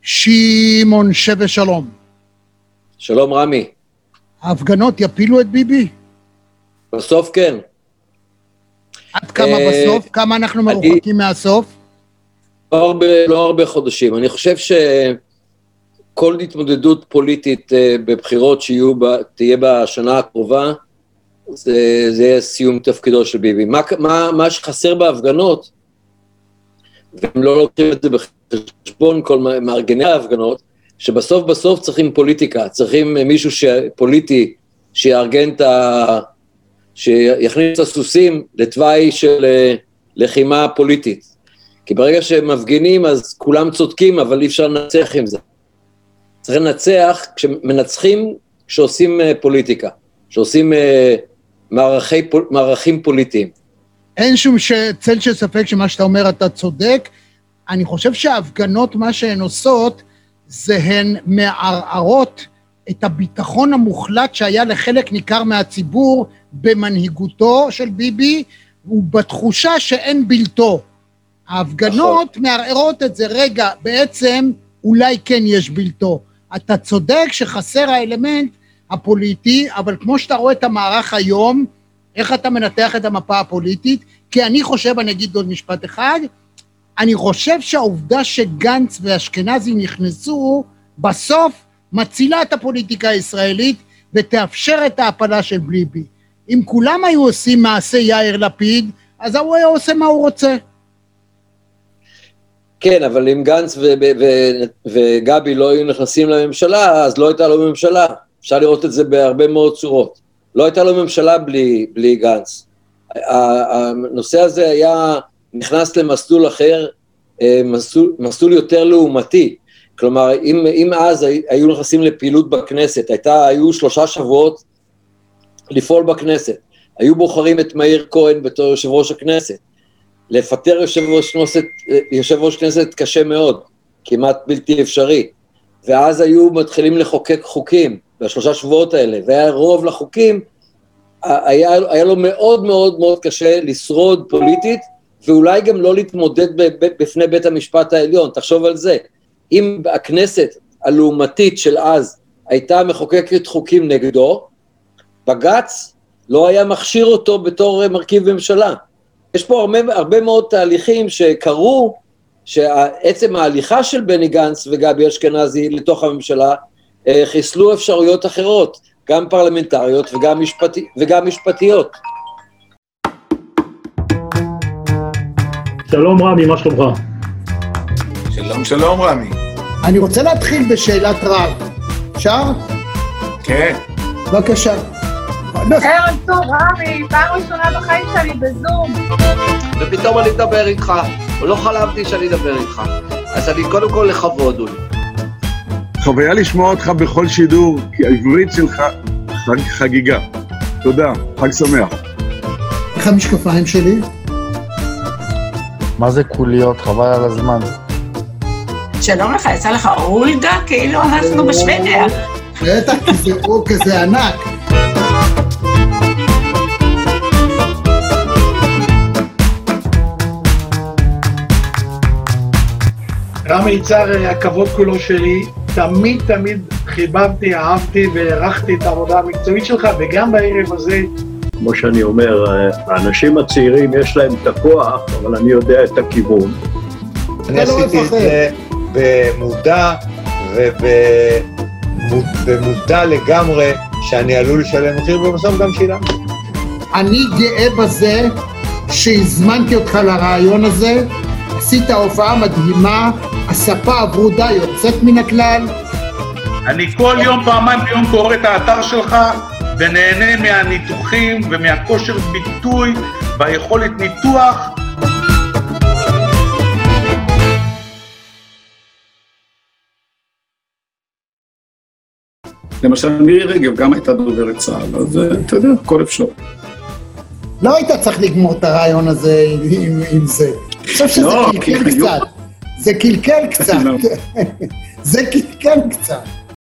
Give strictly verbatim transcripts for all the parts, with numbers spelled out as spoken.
שמעון שווה שלום. שלום רמי. ההפגנות יפילו את ביבי? בסוף כן. עד כמה בסוף? כמה אנחנו מרוחקים מהסוף? לא הרבה, לא הרבה חודשים. אני חושב שכל התמודדות פוליטית בבחירות שיהיו, תהיה בשנה הקרובה, זה, זה יהיה סיום תפקידו של ביבי. מה, מה, מה שחסר בהפגנות, והם לא לוקחים את זה בחשבון כל מארגני ההפגנות, שבסוף בסוף צריכים פוליטיקה, צריכים מישהו פוליטי שיארגן את ה... שיכניס את הסוסים לתוואי של לחימה פוליטית. כי ברגע שהם מפגינים אז כולם צודקים, אבל אי אפשר לנצח עם זה. צריך לנצח כשמנצחים, כשעושים פוליטיקה, כשעושים מערכי, מערכים פוליטיים. אין שום צל של ספק שמה שאתה אומר אתה צודק. אני חושב שההפגנות מה שהן עושות, זה הן מערערות את הביטחון המוחלט שהיה לחלק ניכר מהציבור במנהיגותו של ביבי, ובתחושה שאין בלתו. ההפגנות מערערות את זה, רגע, בעצם אולי כן יש בלתו. אתה צודק שחסר האלמנט הפוליטי, אבל כמו שאתה רואה את המערך היום, איך אתה מנתח את המפה הפוליטית? כי אני חושב, אני אגיד עוד משפט אחד, אני חושב שהעובדה שגנץ ואשכנזי נכנסו, בסוף מצילה את הפוליטיקה הישראלית, ותאפשר את ההפלה של ביבי. אם כולם היו עושים מעשה יאיר לפיד, אז הוא היה עושה מה הוא רוצה. כן, אבל אם גנץ ו- ו- וגבי לא היו נכנסים לממשלה, אז לא הייתה לו ממשלה. אפשר לראות את זה בהרבה מאוד צורות. לא הייתה לו ממשלה בלי, בלי גנץ. הנושא הזה היה נכנס למסלול אחר, מסלול, מסלול יותר לעומתי. כלומר, אם, אם אז היו נכנסים לפעילות בכנסת, הייתה, היו שלושה שבועות לפעול בכנסת. היו בוחרים את מאיר כהן בתור יושב ראש הכנסת. לפטר יושב ראש כנסת, יושב ראש כנסת קשה מאוד, כמעט בלתי אפשרי. ואז היו מתחילים לחוקק חוקים בשלושה שבועות האלה, והיה רוב לחוקים, היה, היה לו מאוד מאוד מאוד קשה לשרוד פוליטית, ואולי גם לא להתמודד בפני בית המשפט העליון. תחשוב על זה. אם הכנסת הלאומתית של אז הייתה מחוקקת חוקים נגדו, בג"ץ לא היה מכשיר אותו בתור מרכיב ממשלה. יש פה הרבה, הרבה מאוד תהליכים שקרו, שעצם ההליכה של בני גנץ וגבי אשכנזי לתוך הממשלה, חיסלו אפשרויות אחרות, גם פרלמנטריות וגם, משפטי, וגם משפטיות. שלום רמי, מה שלומך? שלום שלום רמי. אני רוצה להתחיל בשאלת רב. אפשר? כן. בבקשה. ערב טוב רמי, פעם ראשונה בחיים שלי בזום. ופתאום אני אדבר איתך, לא חלמתי שאני אדבר איתך. אז אני קודם כל לכבוד אולי. חוויה לשמוע אותך בכל שידור, כי העברית שלך חגיגה. תודה, חג שמח. איך המשקפיים שלי? מה זה קוליות? חבל על הזמן. שלום לך, יצא לך אולגה? כאילו אנחנו בשוודיה. בטח, כי זה או כזה ענק. רמי יצהר, הכבוד כולו שלי, תמיד תמיד חיבבתי, אהבתי והערכתי את העבודה המקצועית שלך, וגם בערב הזה, כמו שאני אומר, האנשים הצעירים יש להם את הכוח, אבל אני יודע את הכיוון. אני עשיתי את זה במודע ובמודע לגמרי שאני עלול לשלם מחיר, ובסוף גם שילם. אני גאה בזה שהזמנתי אותך לרעיון הזה, עשית הופעה מדהימה, הספה הברודה יוצאת מן הכלל. אני כל יום פעמיים ביום קורא את האתר שלך ונהנה מהניתוחים ומהכושר ביטוי והיכולת ניתוח. למשל מירי רגב גם הייתה דוברת צה"ל, אז אתה יודע, הכל אפשר. לא היית צריך לגמור את הרעיון הזה עם, עם זה. אני חושב שזה לא, קלקל כי... קצת. זה קלקל קצת. זה קלקל קצת.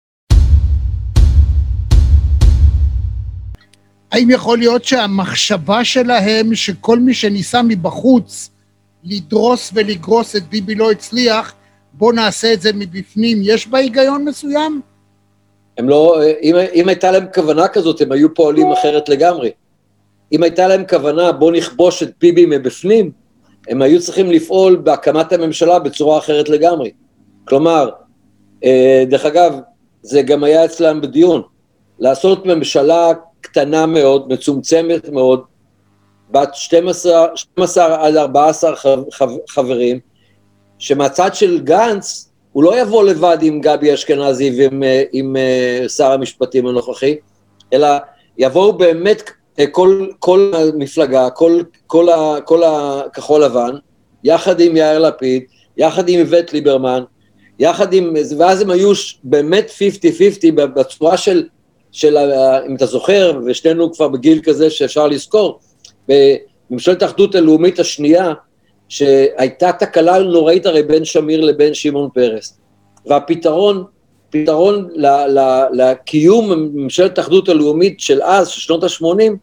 האם יכול להיות שהמחשבה שלהם שכל מי שניסה מבחוץ לדרוס ולגרוס את ביבי לא הצליח, בוא נעשה את זה מבפנים, יש בה היגיון מסוים? הם לא, אם, אם הייתה להם כוונה כזאת, הם היו פועלים אחרת לגמרי. אם הייתה להם כוונה, בוא נכבוש את ביבי מבפנים, הם היו צריכים לפעול בהקמת הממשלה בצורה אחרת לגמרי. כלומר, דרך אגב, זה גם היה אצלם בדיון, לעשות ממשלה קטנה מאוד, מצומצמת מאוד, בת שתים עשרה עד ארבע עשרה חברים, שמהצד של גנץ, הוא לא יבוא לבד עם גבי אשכנזי ועם עם שר המשפטים הנוכחי, אלא יבואו באמת כל, כל המפלגה, כל, כל, ה, כל הכחול לבן, יחד עם יאיר לפיד, יחד עם איווט ליברמן, יחד עם, ואז הם היו באמת חמישים חמישים בצורה של, של, אם אתה זוכר, ושנינו כבר בגיל כזה שאפשר לזכור, בממשלת האחדות הלאומית השנייה, שהייתה תקלה נוראית הרי בין שמיר לבין שמעון פרס, והפתרון, פתרון ל, ל, לקיום ממשלת האחדות הלאומית של אז, של שנות ה-שמונים,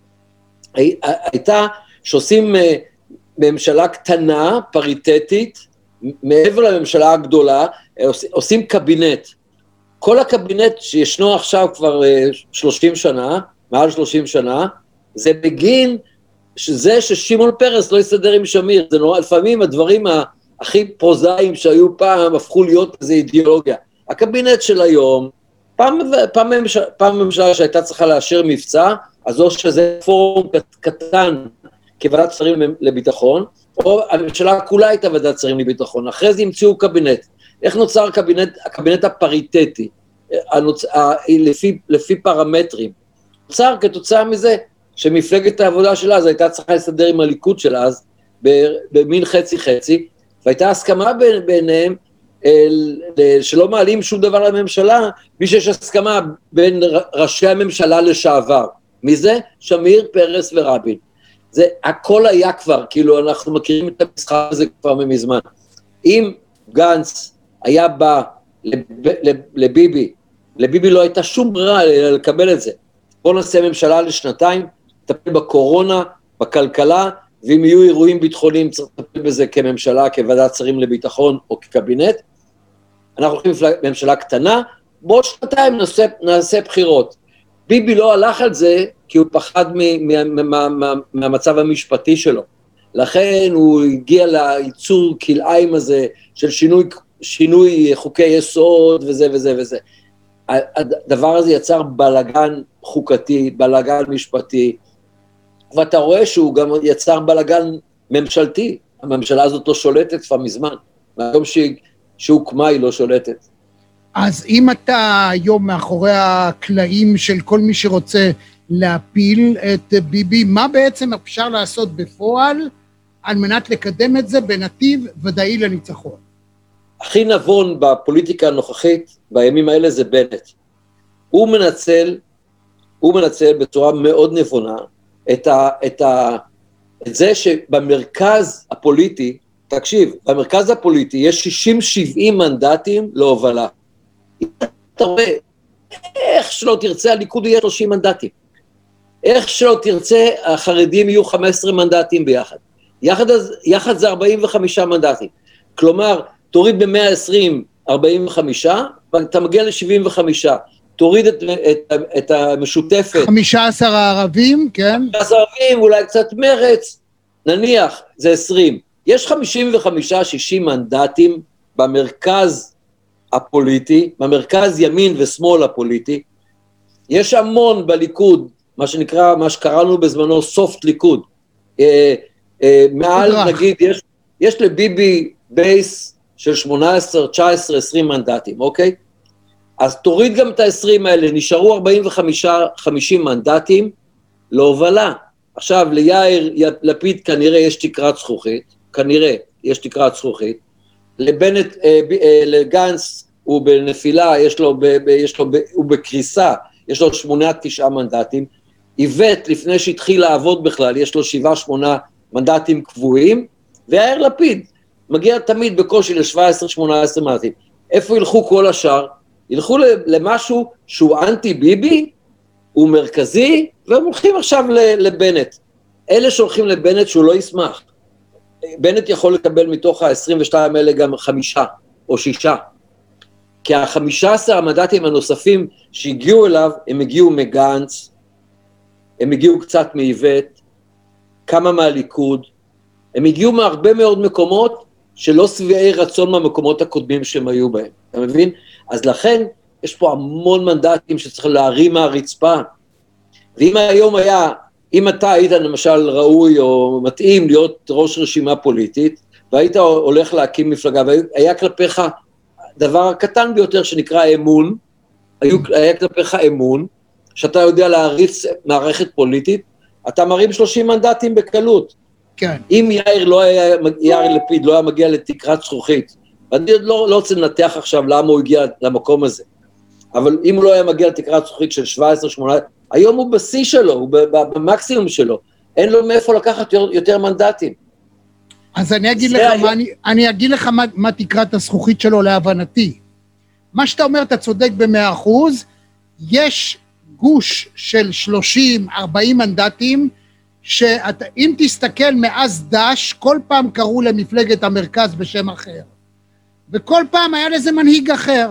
הייתה שעושים ממשלה קטנה, פריטטית, מעבר לממשלה הגדולה, עושים קבינט. כל הקבינט שישנו עכשיו כבר שלושים שנה, מעל שלושים שנה, זה בגין שזה ששמעון פרס לא יסתדר עם שמיר, זה נורא, לפעמים הדברים הכי פרוזאיים שהיו פעם, הפכו להיות איזו אידיאולוגיה. הקבינט של היום, פעם, פעם, ממשלה, פעם ממשלה שהייתה צריכה לאשר מבצע, אז או שזה פורום קטן כוועדת שרים לביטחון, או הממשלה כולה הייתה ועדת שרים לביטחון, אחרי זה המציאו קבינט. איך נוצר הקבינט, הקבינט הפריטטי, הנוצ... לפי, לפי פרמטרים? נוצר כתוצאה מזה, שמפלגת העבודה של אז הייתה צריכה לסדר עם הליכוד של אז, במין חצי חצי, והייתה הסכמה ביניהם, שלא מעלים שום דבר לממשלה, מי שיש הסכמה בין ראשי הממשלה לשעבר. מי זה? שמיר, פרס ורבין. זה הכל היה כבר, כאילו אנחנו מכירים את המשחק הזה כבר מזמן. אם גנץ היה בא לב, לב, לביבי, לביבי לא הייתה שום ברירה לקבל את זה. בוא נעשה ממשלה לשנתיים, נטפל בקורונה, בכלכלה, ואם יהיו אירועים ביטחוניים צריך לטפל בזה כממשלה, כוועדת שרים לביטחון או כקבינט. אנחנו הולכים לממשלה קטנה, בעוד שנתיים נעשה, נעשה בחירות. ביבי לא הלך על זה כי הוא פחד מהמצב המשפטי שלו. לכן הוא הגיע לייצור כלאיים הזה של שינוי, שינוי חוקי יסוד וזה וזה וזה. הדבר הזה יצר בלגן חוקתי, בלגן משפטי, ואתה רואה שהוא גם יצר בלגן ממשלתי. הממשלה הזאת לא שולטת כבר מזמן, מהיום שהוקמה היא לא שולטת. אז אם אתה היום מאחורי הקלעים של כל מי שרוצה להפיל את ביבי, מה בעצם אפשר לעשות בפועל על מנת לקדם את זה בנתיב ודאי לניצחון? הכי נבון בפוליטיקה הנוכחית, בימים האלה זה בנט. הוא מנצל, הוא מנצל בצורה מאוד נבונה, את, ה, את, ה, את זה שבמרכז הפוליטי, תקשיב, במרכז הפוליטי יש שישים שבעים מנדטים להובלה. אתה רואה, איך שלא תרצה, הליכוד יהיה שלושים מנדטים. איך שלא תרצה, החרדים יהיו חמישה עשר מנדטים ביחד. יחד, יחד זה ארבעים וחמישה מנדטים. כלומר, תוריד ב-מאה ועשרים, ארבעים וחמישה, ואתה מגיע ל-שבעים וחמישה. תוריד את, את, את המשותפת. חמישה עשר הערבים, כן? חמישה עשר הערבים, אולי קצת מרץ, נניח, זה עשרים. יש חמישים וחמישה שישים מנדטים במרכז הפוליטי, במרכז ימין ושמאל הפוליטי. יש המון בליכוד, מה שנקרא, מה שקראנו בזמנו סופט ליכוד. אה, אה, מעל, דרך. נגיד, יש, יש לביבי בייס של שמונה עשרה, תשע עשרה, עשרים מנדטים, אוקיי? אז תוריד גם את ה-עשרים האלה, נשארו ארבעים וחמישה, חמישים מנדטים להובלה. עכשיו, ליאיר לפיד כנראה יש תקרת זכוכית, כנראה יש תקרת זכוכית, לבנט, אה, אה, לגנץ הוא בנפילה, יש לו, ב, ב, יש לו ב, הוא בקריסה, יש לו שמונה, תשעה מנדטים, איווט לפני שהתחיל לעבוד בכלל, יש לו שבעה, שמונה מנדטים קבועים, ויאיר לפיד מגיע תמיד בקושי ל-שבע עשרה, שמונה עשרה מנדטים. איפה ילכו כל השאר? ילכו למשהו שהוא אנטי ביבי, הוא מרכזי, והם הולכים עכשיו לבנט. אלה שהולכים לבנט שהוא לא ישמח. בנט יכול לקבל מתוך ה-עשרים ושתיים האלה גם חמישה, או שישה. כי ה-חמישה עשר המנדטים הנוספים שהגיעו אליו, הם הגיעו מגנץ, הם הגיעו קצת מאיבט, כמה מהליכוד, הם הגיעו מהרבה מאוד מקומות שלא שבעי רצון מהמקומות הקודמים שהם היו בהם, אתה מבין? אז לכן יש פה המון מנדטים שצריך להרים מהרצפה, ואם היום היה, אם אתה היית למשל ראוי או מתאים להיות ראש רשימה פוליטית, והיית הולך להקים מפלגה, והיה כלפיך דבר קטן ביותר שנקרא אמון, היה כלפיך אמון, שאתה יודע להריץ מערכת פוליטית, אתה מרים שלושים מנדטים בקלות. כן. אם יאיר לא היה, יאיר לפיד לא היה מגיע לתקרת זכוכית, ואני לא, לא רוצה לנתח עכשיו למה הוא הגיע למקום הזה, אבל אם הוא לא היה מגיע לתקרת זכוכית של שבע עשרה שמונה עשרה, היום הוא בשיא שלו, הוא במקסימום שלו, אין לו מאיפה לקחת יותר, יותר מנדטים. אז אני אגיד לך, היה... מה, אני, אני אגיד לך מה, מה תקרת הזכוכית שלו להבנתי. מה שאתה אומר, אתה צודק במאה אחוז, יש גוש של שלושים ארבעים מנדטים, שאם תסתכל מאז דש, כל פעם קראו למפלגת המרכז בשם אחר. וכל פעם היה לזה מנהיג אחר.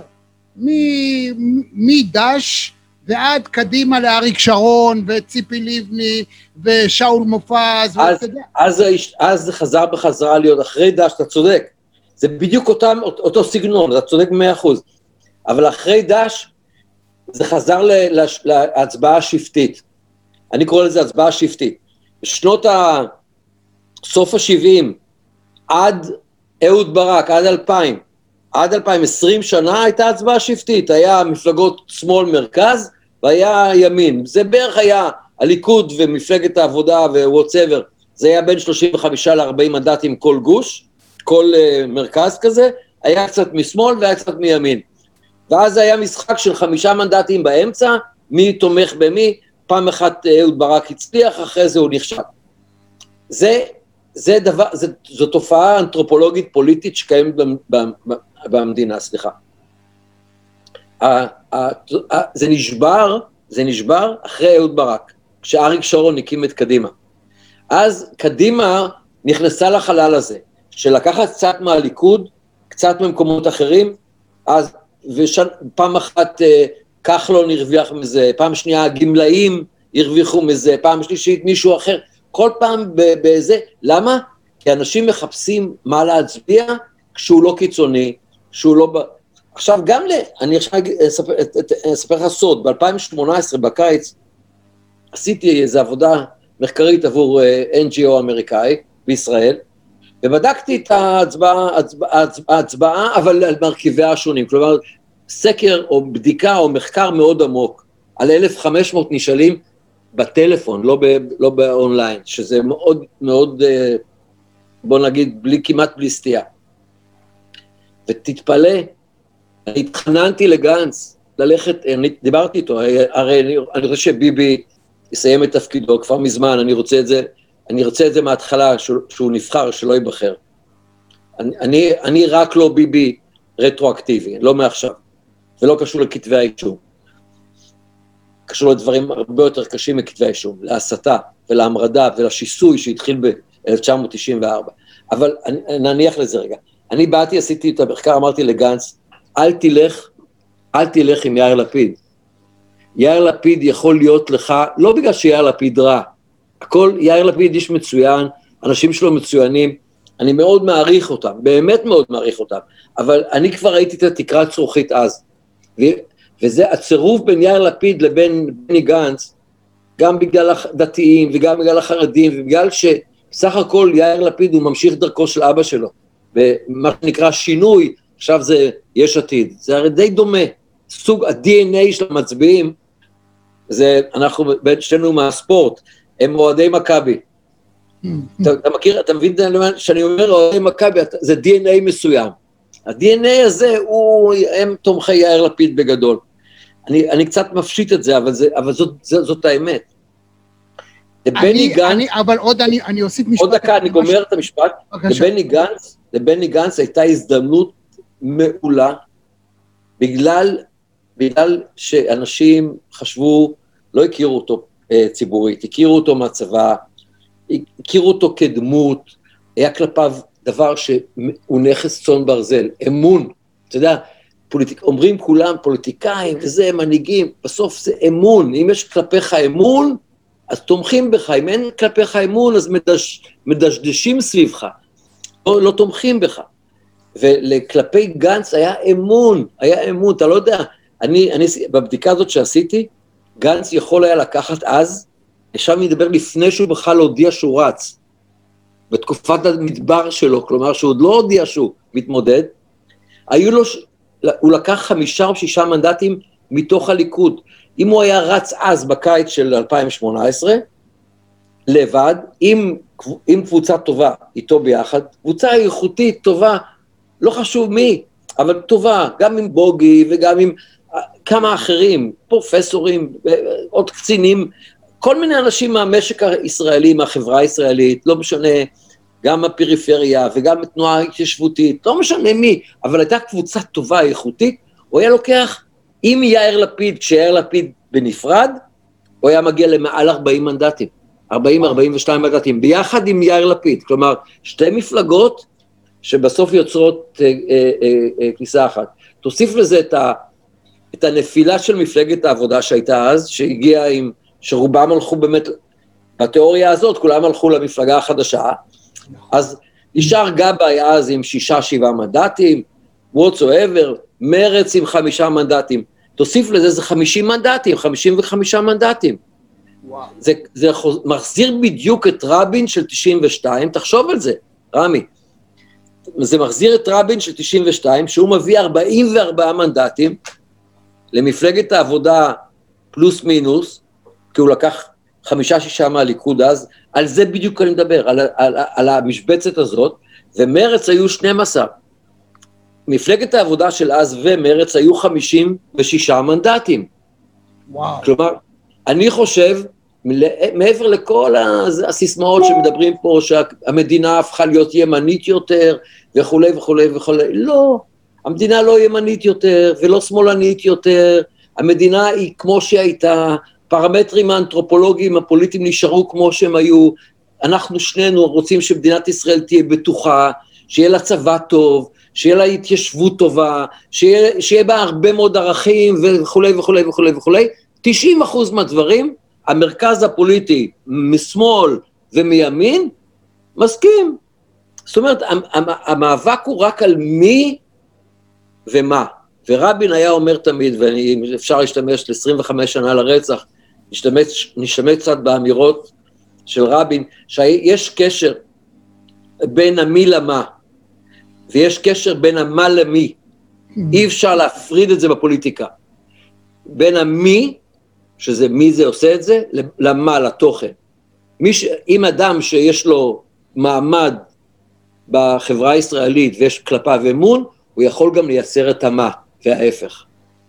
מדש ועד קדימה לאריק שרון וציפי לבני ושאול מופז. אז, אז, אז זה חזר בחזרה להיות אחרי דש, אתה צודק. זה בדיוק אותם, אותו סגנון, אתה צודק במאה אחוז. אבל אחרי דש, זה חזר להצבעה השבטית. אני קורא לזה הצבעה שבטית. בשנות ה... סוף ה-שבעים, עד אהוד ברק, עד אלפיים, עד אלפיים, עשרים שנה הייתה הצבעה שבטית, היה מפלגות שמאל מרכז, והיה ימין. זה בערך היה הליכוד ומפלגת העבודה ווואטסאבר, זה היה בין שלושים וחמישה לארבעים מנדטים כל גוש, כל uh, מרכז כזה, היה קצת משמאל והיה קצת מימין. ואז היה משחק של חמישה מנדטים באמצע, מי תומך במי, פעם אחת אהוד ברק הצליח, אחרי זה הוא נכשל. זה, זה דבר, זה, זו תופעה אנתרופולוגית פוליטית שקיימת במדינה, סליחה. זה נשבר, זה נשבר אחרי אהוד ברק, כשאריק שרון הקים את קדימה. אז קדימה נכנסה לחלל הזה, שלקחת קצת מהליכוד, קצת ממקומות אחרים, אז ופעם אחת כחלון הרוויח מזה, פעם שנייה הגמלאים הרוויחו מזה, פעם שלישית מישהו אחר, כל פעם בזה, למה? כי אנשים מחפשים מה להצביע כשהוא לא קיצוני, כשהוא לא... עכשיו גם ל... אני עכשיו אספר, אספר לך סוד, ב-אלפיים שמונה עשרה בקיץ, עשיתי איזו עבודה מחקרית עבור אן ג'י או אמריקאי בישראל, ובדקתי את ההצבעה, ההצבעה, ההצבעה, אבל על מרכיביה השונים, כלומר, סקר או בדיקה או מחקר מאוד עמוק, על אלף וחמש מאות נשאלים בטלפון, לא, ב, לא באונליין, שזה מאוד מאוד, בוא נגיד, בלי, כמעט בלי סטייה. ותתפלא, אני התחננתי לגנץ, ללכת, אני דיברתי איתו, הרי אני, אני רוצה שביבי יסיים את תפקידו, כבר מזמן, אני רוצה את זה, אני רוצה את זה מההתחלה, שהוא, שהוא נבחר, שלא ייבחר. אני, אני, אני רק לא ביבי רטרואקטיבי, לא מעכשיו, ולא קשור לכתבי האישום. קשור לדברים הרבה יותר קשים מכתבי האישום, להסתה ולהמרדה ולשיסוי שהתחיל ב-אלף תשע מאות תשעים וארבע. אבל אני, נניח לזה רגע. אני באתי, עשיתי את המחקר, אמרתי לגנץ, אל תלך, אל תלך עם יאיר לפיד. יאיר לפיד יכול להיות לך, לא בגלל שיאיר לפיד רע, הכל, יאיר לפיד איש מצוין, אנשים שלו מצוינים, אני מאוד מעריך אותם, באמת מאוד מעריך אותם, אבל אני כבר ראיתי את התקרת זכוכית אז, ו, וזה הצירוף בין יאיר לפיד לבין בני גנץ, גם בגלל הדתיים וגם בגלל החרדים, ובגלל שסך הכל יאיר לפיד הוא ממשיך דרכו של אבא שלו, ומה שנקרא שינוי, עכשיו זה יש עתיד, זה הרי די דומה, סוג ה-די אן איי של המצביעים, זה אנחנו בין שנינו מהספורט, הם אוהדי מכבי, אתה, אתה מכיר, אתה מבין שאני אומר אוהדי מכבי, זה די אן איי מסוים, ה-די אן איי הזה הוא, הם תומכי יאיר לפיד בגדול, אני, אני קצת מפשיט את זה, אבל, זה, אבל זאת, זאת, זאת האמת. לבני גנץ, אני, אבל עוד אני, אני אוסיף משפט. עוד דקה, אני גומר את המשפט, לבני גנץ, לבני גנץ הייתה הזדמנות מעולה, בגלל, בגלל שאנשים חשבו, לא הכירו אותו ציבורית, הכירו אותו מהצבא, הכירו אותו כדמות, היה כלפיו דבר שהוא נכס צאן ברזל, אמון, אתה יודע, פוליטיק, אומרים כולם פוליטיקאים וזה, מנהיגים, בסוף זה אמון, אם יש כלפיך אמון, אז תומכים בך, אם אין כלפיך אמון, אז מדש, מדשדשים סביבך, לא, לא תומכים בך. וכלפי גנץ היה אמון, היה אמון, אתה לא יודע, אני, אני, בבדיקה הזאת שעשיתי, גנץ יכול היה לקחת אז, עכשיו מדבר לפני שהוא בכלל הודיע שהוא רץ, בתקופת המדבר שלו, כלומר שהוא עוד לא הודיע שהוא מתמודד, היו לו, הוא לקח חמישה או שישה מנדטים מתוך הליכוד, אם הוא היה רץ אז בקיץ של אלפיים שמונה עשרה, לבד, עם, עם קבוצה טובה, איתו ביחד, קבוצה איכותית טובה, לא חשוב מי, אבל טובה, גם עם בוגי וגם עם כמה אחרים, פרופסורים, עוד קצינים, כל מיני אנשים מהמשק הישראלי, מהחברה הישראלית, לא משנה, גם הפריפריה וגם התנועה התיישבותית, לא משנה מי, אבל הייתה קבוצה טובה, איכותית, הוא היה לוקח, עם יאיר לפיד, כשיאיר לפיד בנפרד, הוא היה מגיע למעל ארבעים מנדטים, ארבעים ארבעים ושתיים מנדטים, ביחד עם יאיר לפיד, כלומר, שתי מפלגות שבסוף יוצרות אה, אה, אה, כניסה אחת. תוסיף לזה את, ה, את הנפילה של מפלגת העבודה שהייתה אז, שהגיעה עם, שרובם הלכו באמת, בתיאוריה הזאת, כולם הלכו למפלגה החדשה, אז נשאר גבאי אז עם שישה, שבעה מנדטים, whatsoever, מרץ עם חמישה מנדטים, תוסיף לזה, זה חמישים מנדטים, חמישים וחמישה מנדטים. וואו. זה, זה מחזיר בדיוק את רבין של תשעים ושתיים, תחשוב על זה, רמי. זה מחזיר את רבין של תשעים ושתיים, שהוא מביא ארבעים וארבעה מנדטים, למפלגת העבודה פלוס מינוס, כי הוא לקח חמישה שישה מהליכוד אז, על זה בדיוק אני מדבר, על, על, על המשבצת הזאת, ומרץ היו שנים עשר. מפלגת העבודה של אז ומרץ היו חמישים ושישה מנדטים. וואו. כלומר, אני חושב, מעבר לכל הסיסמאות שמדברים פה, שהמדינה הפכה להיות ימנית יותר, וכו' וכו' וכו', לא, המדינה לא ימנית יותר, ולא שמאלנית יותר, המדינה היא כמו שהייתה, פרמטרים האנתרופולוגיים הפוליטיים נשארו כמו שהם היו, אנחנו שנינו רוצים שמדינת ישראל תהיה בטוחה, שיהיה לה צבא טוב, שיהיה לה התיישבות טובה, שיהיה, שיהיה בה הרבה מאוד ערכים וכו' וכו' וכו' וכו', תשעים אחוז מהדברים, המרכז הפוליטי משמאל ומימין, מסכים. זאת אומרת, המאבק הוא רק על מי ומה. ורבין היה אומר תמיד, ואפשר להשתמש ל-עשרים וחמש שנה לרצח, נשתמש, נשתמש קצת באמירות של רבין, שיש קשר בין המי למה, ויש קשר בין המה למי. אי אפשר להפריד את זה בפוליטיקה. בין המי, שזה מי זה עושה את זה, למה, לתוכן. מי ש... אם אדם שיש לו מעמד בחברה הישראלית ויש כלפיו אמון, הוא יכול גם לייצר את המה, וההפך.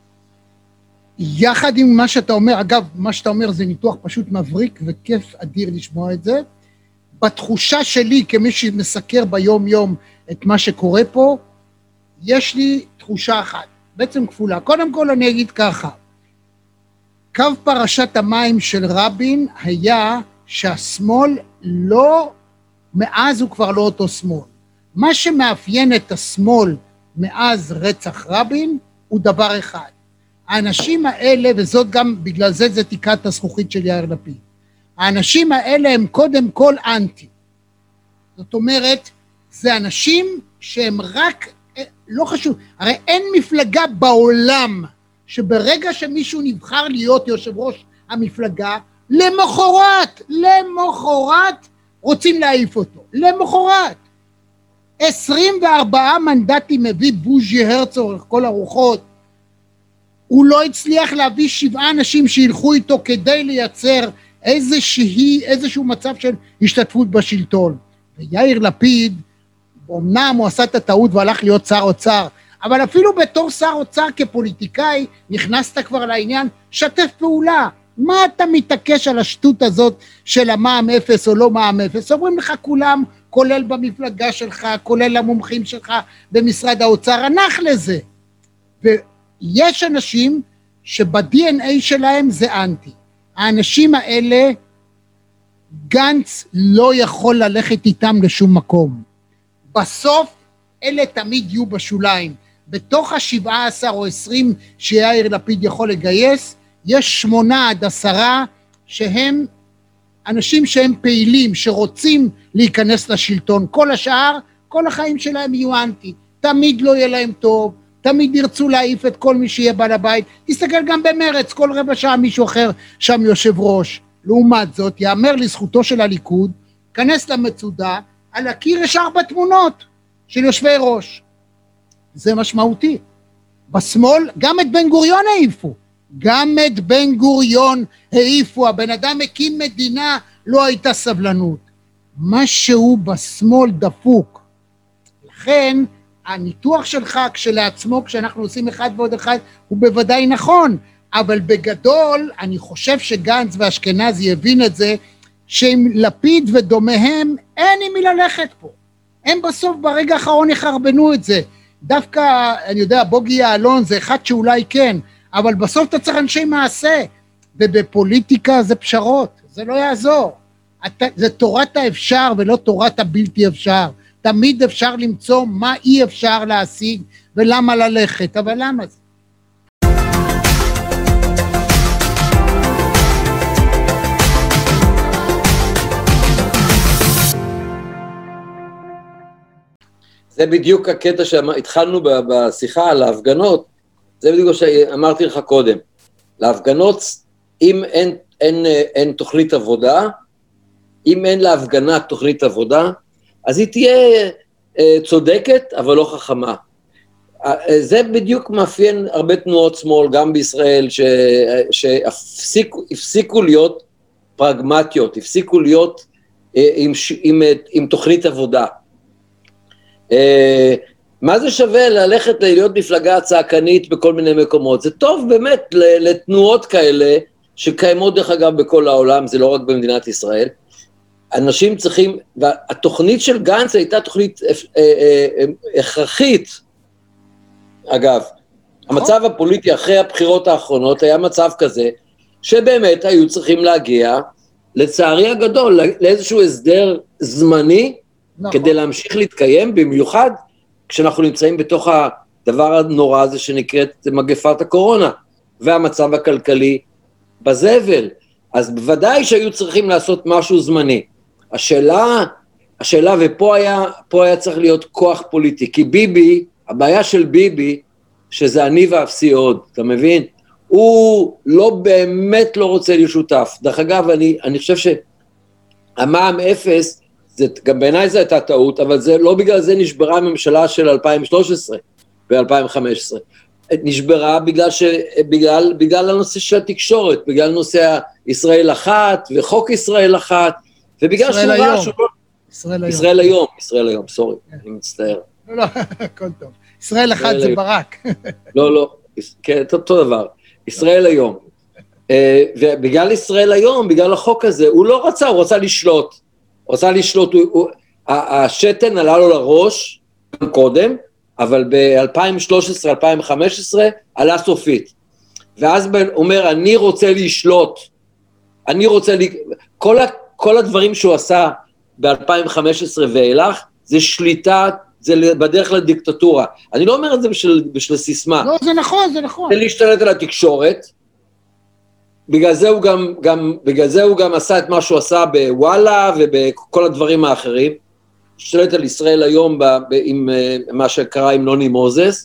יחד עם מה שאתה אומר, אגב, מה שאתה אומר זה ניתוח פשוט מבריק וכיף אדיר לשמוע את זה. בתחושה שלי, כמי שמסקר ביום יום את מה שקורה פה, יש לי תחושה אחת, בעצם כפולה. קודם כל אני אגיד ככה, קו פרשת המים של רבין היה שהשמאל לא, מאז הוא כבר לא אותו שמאל. מה שמאפיין את השמאל מאז רצח רבין הוא דבר אחד. האנשים האלה, וזאת גם בגלל זה זה תיקת הזכוכית של יאיר לפיד, האנשים האלה הם קודם כל אנטי. זאת אומרת, זה אנשים שהם רק, לא חשוב, הרי אין מפלגה בעולם שברגע שמישהו נבחר להיות יושב ראש המפלגה, למחרת, למחרת רוצים להעיף אותו, למחרת. עשרים וארבעה מנדטים מביא בוז'י הרצוג כל הרוחות, הוא לא הצליח להביא שבעה אנשים שילכו איתו כדי לייצר איזושהי, איזשהו מצב של השתתפות בשלטון. ויאיר לפיד, אמנם הוא עשה את הטעות והלך להיות שר אוצר, אבל אפילו בתור שר אוצר כפוליטיקאי, נכנסת כבר לעניין, שתף פעולה. מה אתה מתעקש על השטות הזאת של המע"מ אפס או לא מע"מ אפס? אומרים לך כולם, כולל במפלגה שלך, כולל המומחים שלך במשרד האוצר, הנח לזה. ויש אנשים שב-די אן איי שלהם זה אנטי. האנשים האלה, גנץ לא יכול ללכת איתם לשום מקום. בסוף, אלה תמיד יהיו בשוליים. בתוך ה-שבעה עשר או עשרים שיאיר לפיד יכול לגייס, יש שמונה עד עשרה שהם אנשים שהם פעילים, שרוצים להיכנס לשלטון. כל השאר, כל החיים שלהם יהיו אנטי. תמיד לא יהיה להם טוב, תמיד ירצו להעיף את כל מי שיהיה בעל הבית. תסתכל גם במרץ, כל רבע שעה מישהו אחר שם יושב ראש. לעומת זאת, יאמר לזכותו של הליכוד, כנס למצודה, על הקיר יש ארבע תמונות של יושבי ראש. זה משמעותי. בשמאל, גם את בן גוריון העיפו. גם את בן גוריון העיפו. הבן אדם הקים מדינה, לא הייתה סבלנות. משהו בשמאל דפוק. לכן, הניתוח שלך כשלעצמו, כשאנחנו עושים אחד ועוד אחד, הוא בוודאי נכון. אבל בגדול, אני חושב שגנץ ואשכנזי הבין את זה, שעם לפיד ודומיהם, אין עם מי ללכת פה. הם בסוף ברגע האחרון יחרבנו את זה. דווקא, אני יודע, בוגי יעלון זה אחד שאולי כן, אבל בסוף אתה צריך אנשי מעשה, ובפוליטיקה זה פשרות, זה לא יעזור. אתה, זה תורת האפשר ולא תורת הבלתי אפשר. תמיד אפשר למצוא מה אי אפשר להשיג ולמה ללכת, אבל למה זה? זה בדיוק הקטע שהתחלנו בשיחה על ההפגנות, זה בדיוק שאמרתי לך קודם. להפגנות, אם אין, אין, אין תוכנית עבודה, אם אין להפגנה תוכנית עבודה, אז היא תהיה אה, צודקת, אבל לא חכמה. זה בדיוק מאפיין הרבה תנועות שמאל, גם בישראל, ש, שהפסיקו, הפסיקו להיות פרגמטיות, הפסיקו להיות אה, עם, עם, עם תוכנית עבודה. Uh, מה זה שווה ללכת להיות מפלגה צעקנית בכל מיני מקומות? זה טוב באמת לתנועות כאלה, שקיימות דרך אגב בכל העולם, זה לא רק במדינת ישראל. אנשים צריכים, והתוכנית של גנץ הייתה תוכנית הכרחית, אגב, המצב הפוליטי אחרי הבחירות האחרונות היה מצב כזה, שבאמת היו צריכים להגיע, לצערי הגדול, לאיזשהו הסדר זמני, נכון. כדי להמשיך להתקיים, במיוחד כשאנחנו נמצאים בתוך הדבר הנורא הזה שנקראת מגפת הקורונה, והמצב הכלכלי בזבל. אז בוודאי שהיו צריכים לעשות משהו זמני. השאלה, השאלה ופה היה, פה היה צריך להיות כוח פוליטי, כי ביבי, הבעיה של ביבי, שזה אני ואפסי עוד, אתה מבין? הוא לא באמת לא רוצה להיות שותף. דרך אגב, אני, אני חושב שהמע"מ אפס, זה, גם בעיניי זה הייתה טעות, אבל זה לא בגלל זה נשברה הממשלה של אלפיים ושלוש עשרה ו-אלפיים וחמש עשרה. נשברה בגלל, ש, בגלל, בגלל הנושא של התקשורת, בגלל נושא ישראל אחת וחוק ישראל אחת, ובגלל שהוא ראה שהוא... ישראל היום. ישראל היום, ישראל היום, סורי, אני מצטער. לא, לא, הכל טוב. ישראל אחת זה ברק. לא, לא, כן, אותו דבר. ישראל היום. ובגלל ישראל היום, בגלל החוק הזה, הוא לא רצה, הוא רצה לשלוט. הוא רצה לשלוט, הוא, הוא, השתן עלה לו לראש קודם, אבל ב-אלפיים ושלוש עשרה אלפיים וחמש עשרה עלה סופית. ואז הוא אומר, אני רוצה לשלוט, אני רוצה, לי... כל, ה, כל הדברים שהוא עשה ב-אלפיים וחמש עשרה ואילך, זה שליטה, זה בדרך לדיקטטורה. אני לא אומר את זה בשביל, בשביל סיסמה. לא, זה נכון, זה נכון. זה להשתלט על התקשורת, בגלל זה הוא גם, גם, בגלל זה הוא גם עשה את מה שהוא עשה בוואלה ובכל הדברים האחרים, שולט על ישראל היום ב, ב, עם מה שקרה עם נוני מוזס,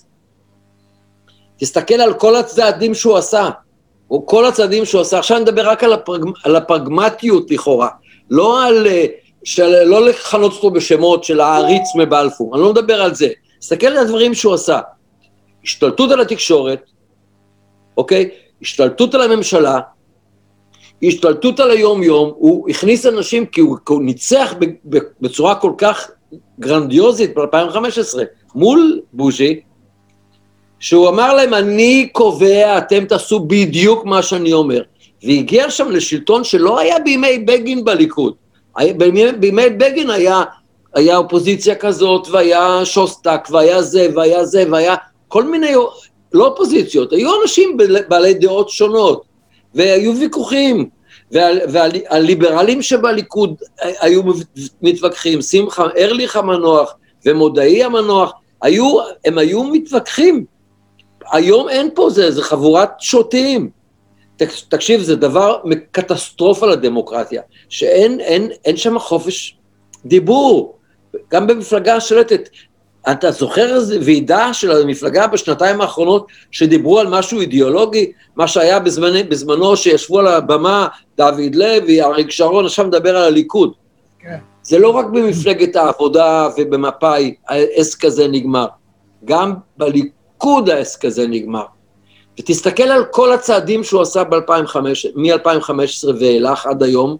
תסתכל על כל הצעדים שהוא עשה, או כל הצעדים שהוא עשה, עכשיו נדבר רק על, הפרג, על הפרגמטיות לכאורה, לא על, של, לא לכנות אותו בשמות של העריץ מבלפור, אני לא מדבר על זה, תסתכל על הדברים שהוא עשה, השתלטות על התקשורת, אוקיי? השתלטות על הממשלה, השתלטות על היום-יום, הוא הכניס אנשים כי הוא, הוא ניצח ב, ב, בצורה כל כך גרנדיוזית ב-אלפיים וחמש עשרה, מול בוז'י, שהוא אמר להם, אני קובע, אתם תעשו בדיוק מה שאני אומר, והגיע שם לשלטון שלא היה בימי בגין בליכוד, בימי, בימי בגין היה, היה אופוזיציה כזאת, והיה שוסטק, והיה זה, והיה זה, והיה כל מיני... לא אופוזיציות, היו אנשים בעלי דעות שונות, והיו ויכוחים, והליברלים שבליכוד היו מתווכחים, שמחה ארליך המנוח, ומודעי המנוח, היו, הם היו מתווכחים. היום אין פה זה, זה חבורת שוטים. תקשיב, זה דבר קטסטרופה לדמוקרטיה, שאין אין, אין שם חופש דיבור, גם במפלגה השלטת. אתה זוכר איזו ועידה של המפלגה בשנתיים האחרונות, שדיברו על משהו אידיאולוגי, מה שהיה בזמנו, בזמנו שישבו על הבמה, דוד לוי, אריק שרון, עכשיו מדבר על הליכוד. כן. זה לא רק במפלגת העבודה ובמפאי, העסק הזה נגמר, גם בליכוד העסק הזה נגמר. ותסתכל על כל הצעדים שהוא עשה ב-אלפיים וחמש, מ-אלפיים וחמש עשרה ואילך עד היום,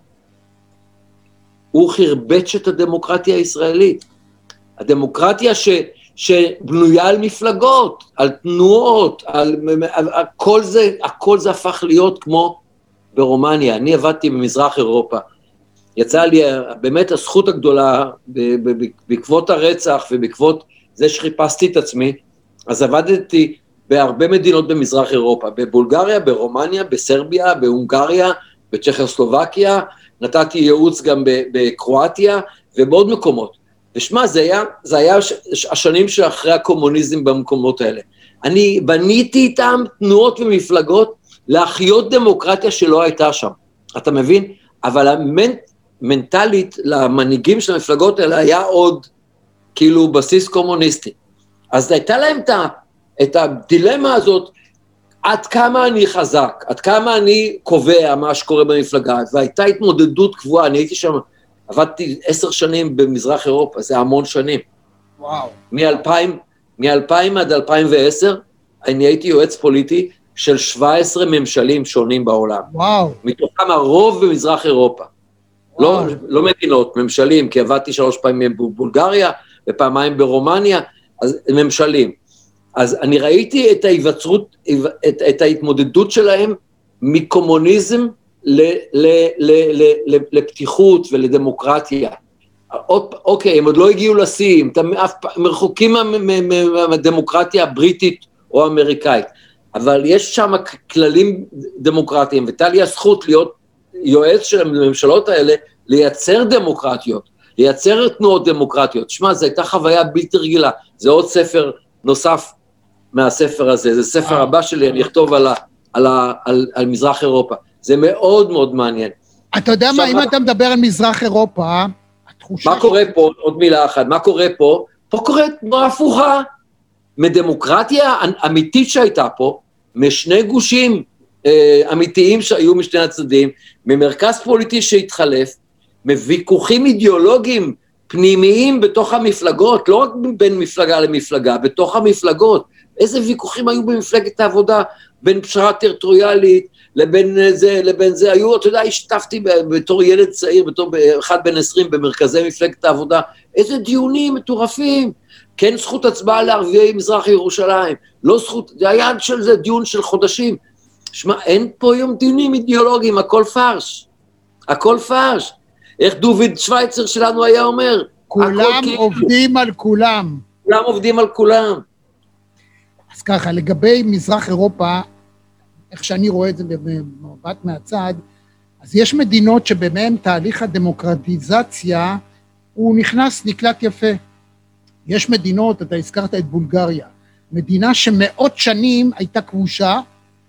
הוא חרבש את הדמוקרטיה הישראלית. הדמוקרטיה ש, שבנויה על מפלגות, על תנועות, על, על, על, כל זה, הכל זה הפך להיות כמו ברומניה. אני עבדתי במזרח אירופה. יצא לי באמת הזכות הגדולה, בעקבות הרצח ובעקבות זה שחיפשתי את עצמי, אז עבדתי בהרבה מדינות במזרח אירופה, בבולגריה, ברומניה, בסרביה, בהונגריה, בצ'כוסלובקיה, נתתי ייעוץ גם בקרואטיה ובעוד מקומות. ושמע, זה היה, זה היה השנים שאחרי הקומוניזם במקומות האלה. אני בניתי איתם תנועות ומפלגות להחיות דמוקרטיה שלא הייתה שם. אתה מבין? אבל המנטלית למנהיגים של המפלגות האלה היה עוד כאילו בסיס קומוניסטי. אז הייתה להם את ה... את הדילמה הזאת, עד כמה אני חזק, עד כמה אני קובע מה שקורה במפלגה, והייתה התמודדות קבועה, אני הייתי שם, עבדתי עשר שנים במזרח אירופה, זה המון שנים. וואו. מ-אלפיים, מ-אלפיים עד אלפיים ועשר, אני הייתי יועץ פוליטי של שבע עשרה ממשלים שונים בעולם. וואו. מתוכם הרוב במזרח אירופה. לא, לא מדינות, ממשלים, כי עבדתי שלוש פעמים בבולגריה, ופעמיים ברומניה, אז ממשלים. אז אני ראיתי את ההיווצרות, את, את ההתמודדות שלהם מקומוניזם ל, ל, ל, ל, ל, לפתיחות ולדמוקרטיה. אוקיי, הם עוד לא הגיעו לסיים, הם רחוקים מהדמוקרטיה הבריטית או האמריקאית, אבל יש שם כללים דמוקרטיים, והייתה לי הזכות להיות יועץ של הממשלות האלה, לייצר דמוקרטיות, לייצר תנועות דמוקרטיות. שמה, זו הייתה חוויה בלתי רגילה, זה עוד ספר נוסף, מהספר הזה, זה ספר הבא שלי, אני אכתוב על, ה, על, ה, על, על מזרח אירופה, זה מאוד מאוד מעניין. אתה יודע מה, אם אתה מדבר על מזרח אירופה, התחושה... מה קורה פה, עוד מילה אחת, מה קורה פה? פה קורה תנועה הפוכה, מדמוקרטיה אמיתית שהייתה פה, משני גושים אה, אמיתיים שהיו משני הצדדים, ממרכז פוליטי שהתחלף, מוויכוחים אידיאולוגיים פנימיים בתוך המפלגות, לא רק בין מפלגה למפלגה, בתוך המפלגות, איזה ויכוחים היו במפלגת העבודה, בין פשרה טריטוריאלית, לבין זה, לבין זה, היו, אתה יודע, השתתפתי בתור ילד צעיר, בתור אחד בן עשרים במרכזי מפלגת העבודה, איזה דיונים מטורפים, כן זכות הצבעה לערביי מזרח ירושלים, לא זכות, זה היה של זה דיון של חודשים, שמע, אין פה היום דיונים אידיאולוגיים, הכל פרש, הכל פרש, איך דוד שוויצר שלנו היה אומר, כולם עובדים על כולם. כולם עובדים על כולם. אז ככה, לגבי מזרח אירופה, איך שאני רואה את זה במבט מהצד, אז יש מדינות שבמהן תהליך הדמוקרטיזציה, הוא נכנס, נקלט יפה. יש מדינות, אתה הזכרת את בולגריה, מדינה שמאות שנים הייתה כבושה,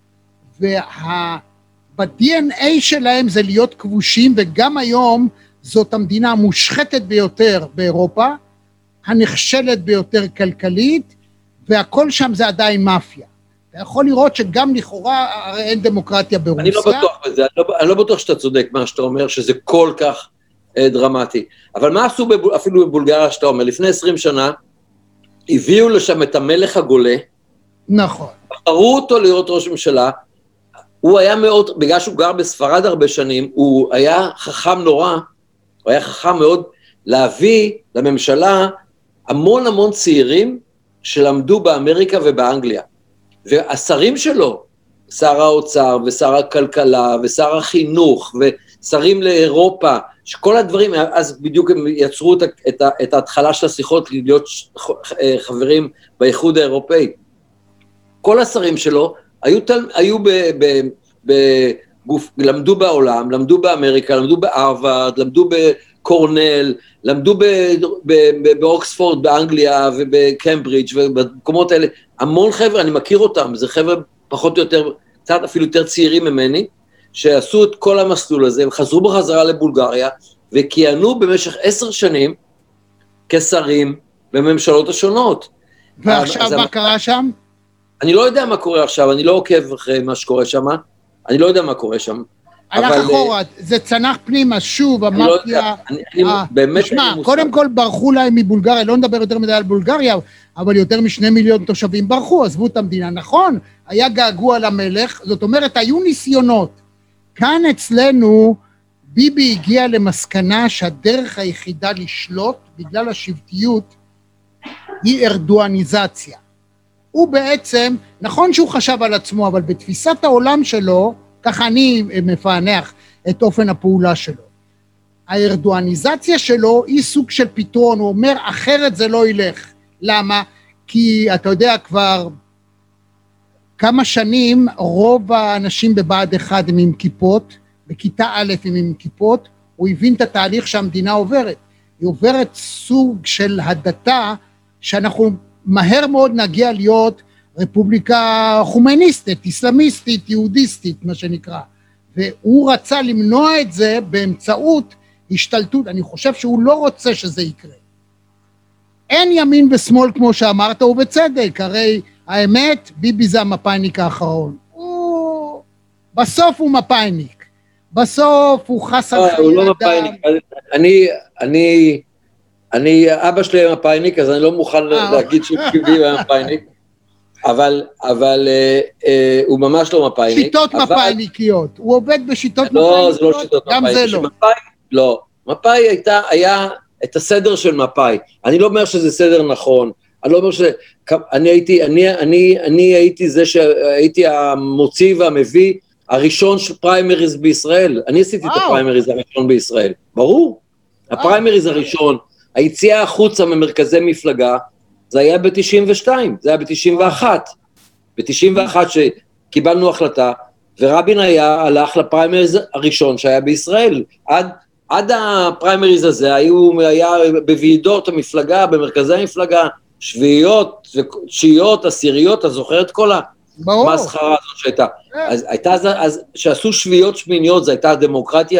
וב-די אן איי שלהם זה להיות כבושים, וגם היום זאת המדינה המושחתת ביותר באירופה, הנחשלת ביותר כלכלית, והכל שם זה עדיין מאפיה. אתה יכול לראות שגם לכאורה הרי אין דמוקרטיה ברוסיה. אני לא בטוח בזה, אני לא, אני לא בטוח שאתה צודק מה שאתה אומר, שזה כל כך אה, דרמטי. אבל מה עשו בבול, אפילו בבולגריה שאתה אומר? לפני עשרים שנה, הביאו לשם את המלך הגולה. נכון. בחרו אותו להיות ראש ממשלה, הוא היה מאוד, בגלל שהוא גר בספרד הרבה שנים, הוא היה חכם נורא, הוא היה חכם מאוד להביא לממשלה המון המון צעירים שלמדו באמריקה ובאנגליה. והשרים שלו, שר האוצר ושר הכלכלה ושר החינוך ושרים לאירופה, שכל הדברים, אז בדיוק הם יצרו את, את, את ההתחלה של השיחות להיות חברים באיחוד האירופאי. כל השרים שלו היו, היו ב, ב, בגוף, למדו בעולם, למדו באמריקה, למדו בהרווארד, למדו בקורנל, למדו באוקספורד, באנגליה ובקמברידג' ובמקומות האלה, המון חבר'ה, אני מכיר אותם, זה חבר'ה פחות או יותר, קצת אפילו יותר צעירים ממני, שעשו את כל המסלול הזה, הם חזרו בחזרה לבולגריה, וכיהנו במשך עשר שנים כשרים בממשלות השונות. ועכשיו מה קרה שם? אני לא יודע מה קורה עכשיו, אני לא עוקב אחרי מה שקורה שם, אני לא יודע מה קורה שם. הלך אחורה, זה צנח פנימה, שוב, המאפיה... תשמע, קודם כל ברחו להם מבולגריה, לא נדבר יותר מדי על בולגריה, אבל יותר משני מיליון תושבים ברחו, עזבו את המדינה. נכון, היה געגוע למלך, זאת אומרת, היו ניסיונות. כאן אצלנו, ביבי הגיע למסקנה שהדרך היחידה לשלוט, בגלל השבטיות, היא ארדואניזציה. הוא בעצם, נכון שהוא חשב על עצמו, אבל בתפיסת העולם שלו, ככה אני מפענח את אופן הפעולה שלו. הארדואניזציה שלו היא סוג של פתרון, הוא אומר, אחרת זה לא ילך. למה? כי אתה יודע כבר כמה שנים רוב האנשים בבה"ד אחד הם עם כיפות, בכיתה א' הם עם כיפות, הוא הבין את התהליך שהמדינה עוברת. היא עוברת סוג של הדתה, שאנחנו מהר מאוד נגיע להיות רפובליקה חומייניסטית, איסלאמיסטית, יהודיסטית, מה שנקרא. והוא רצה למנוע את זה באמצעות השתלטות, אני חושב שהוא לא רוצה שזה יקרה. אין ימין ושמאל כמו שאמרת, ובצדק, הרי האמת, ביבי זה המפאיניק האחרון. הוא... בסוף הוא מפאיניק. בסוף הוא חס על חיי אדם. הוא לא מפאיניק. אני, אני, אני, אבא שלי היה מפאיניק, אז אני לא מוכן להגיד שביבי היה מפאיניק. אבל, אבל אה, אה, הוא ממש לא מפאיניק. שיטות אבל... מפאיניקיות. הוא עובד בשיטות לא, מפאיניקיות. לא, זה לא שיטות גם מפאי. זה לא. מפאי, לא. מפאי הייתה, היה את הסדר של מפאי. אני לא אומר שזה סדר נכון. אני לא אומר שזה... אני הייתי, אני, אני, אני הייתי זה שהייתי המוציא והמביא הראשון של פריימריז בישראל. אני עשיתי וואו. את הפריימריז הראשון בישראל. ברור. וואו. הפריימריז הראשון, היציאה החוצה ממרכזי מפלגה, זה היה ב-תשעים ושתיים, זה היה ב-תשעים ואחת. ב-תשעים ואחת שקיבלנו החלטה, ורבין היה, הלך לפריימריז הראשון שהיה בישראל. עד, עד הפריימריז הזה, היו, היה בוועידות המפלגה, במרכזי המפלגה, שביעיות, תשיעיות, עשיריות, אתה זוכר את כל המסחרה הזאת שהייתה. אז הייתה, אז שעשו שביעיות שמיניות, זו הייתה הדמוקרטיה,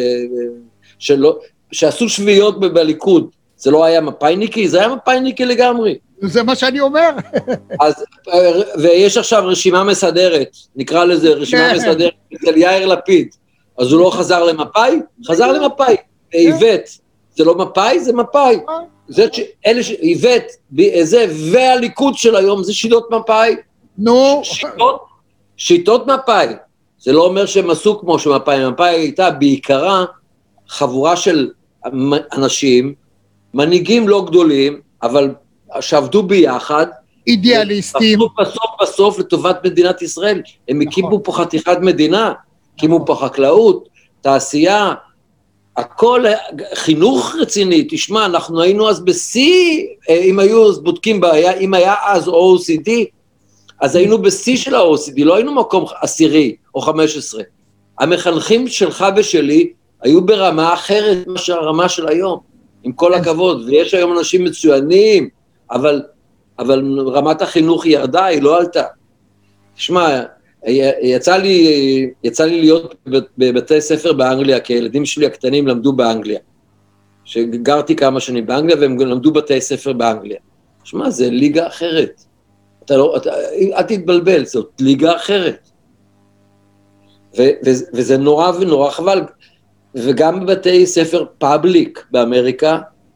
שלא, שעשו שביעיות בליכוד, זה לא היה מפאיניקי, זה היה מפאיניקי לגמרי. זה מה שאני אומר. אז, ויש עכשיו רשימה מסדרת, נקרא לזה רשימה מסדרת, אצל יאיר לפיד, אז הוא לא חזר למפאי? חזר למפאי, איבט, זה לא מפאי, זה מפאי. זה אלה ש... איבט, זה, והליכוד של היום, זה שיטות מפאי. נו. שיטות, שיטות מפאי. זה לא אומר שהם עשו כמו שמפאי, מפאי הייתה בעיקרה חבורה של אנשים, מנהיגים לא גדולים, אבל שעבדו ביחד. אידיאליסטים. בסוף, בסוף, בסוף לטובת מדינת ישראל. הם הקימו פה חתיכת מדינה, הקימו פה חקלאות, תעשייה, הכל, חינוך רציני. תשמע, אנחנו היינו אז בסי, אם היו אז בודקים בעיה, אם היה אז או אי סי די, אז היינו בסי של ה-או אי סי די, לא היינו מקום עשירי או חמש עשרה. המחנכים שלך ושלי היו ברמה אחרת מאשר הרמה של היום. עם כל הכבוד, ויש היום אנשים מצוינים, אבל, אבל רמת החינוך היא ירדה, היא לא עלתה. תשמע, יצא לי, יצא לי להיות בבתי ספר באנגליה, כי הילדים שלי הקטנים למדו באנגליה, שגרתי כמה שנים באנגליה, והם למדו בתי ספר באנגליה. תשמע, זה ליגה אחרת. אתה לא, אתה, אל תתבלבל, זאת ליגה אחרת. ו, ו, וזה נורא ונורא חבל, וגם בבתי ספר פאבליק באמריקה,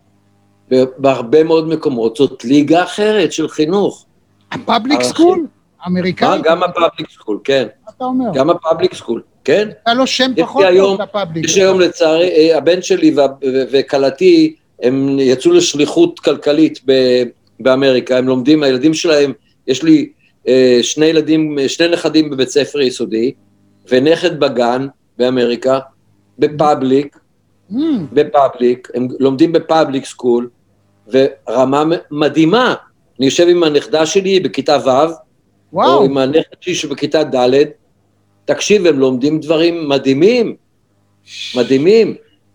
בהרבה מאוד מקומות, זאת ליגה אחרת של חינוך. הפאבליק סקול? אמריקאי? גם הפאבליק סקול, כן. מה אתה אומר? גם הפאבליק סקול, כן. היה לו שם פחות טוב לפאבליק. יש היום לצערי, הבן שלי וקלתי, הם יצאו לשליחות כלכלית באמריקה, הם לומדים, הילדים שלהם, יש לי שני ילדים, שני נכדים בבית ספר יסודי, ונכד בגן באמריקה, בפאבליק, mm. בפאבליק, הם לומדים בפאבליק סקול, ורמה מדהימה. אני יושב עם הנכדה שלי בכיתה ו', וואו. או עם הנכד שלי שבכיתה ד', תקשיב, הם לומדים דברים מדהימים, מדהימים,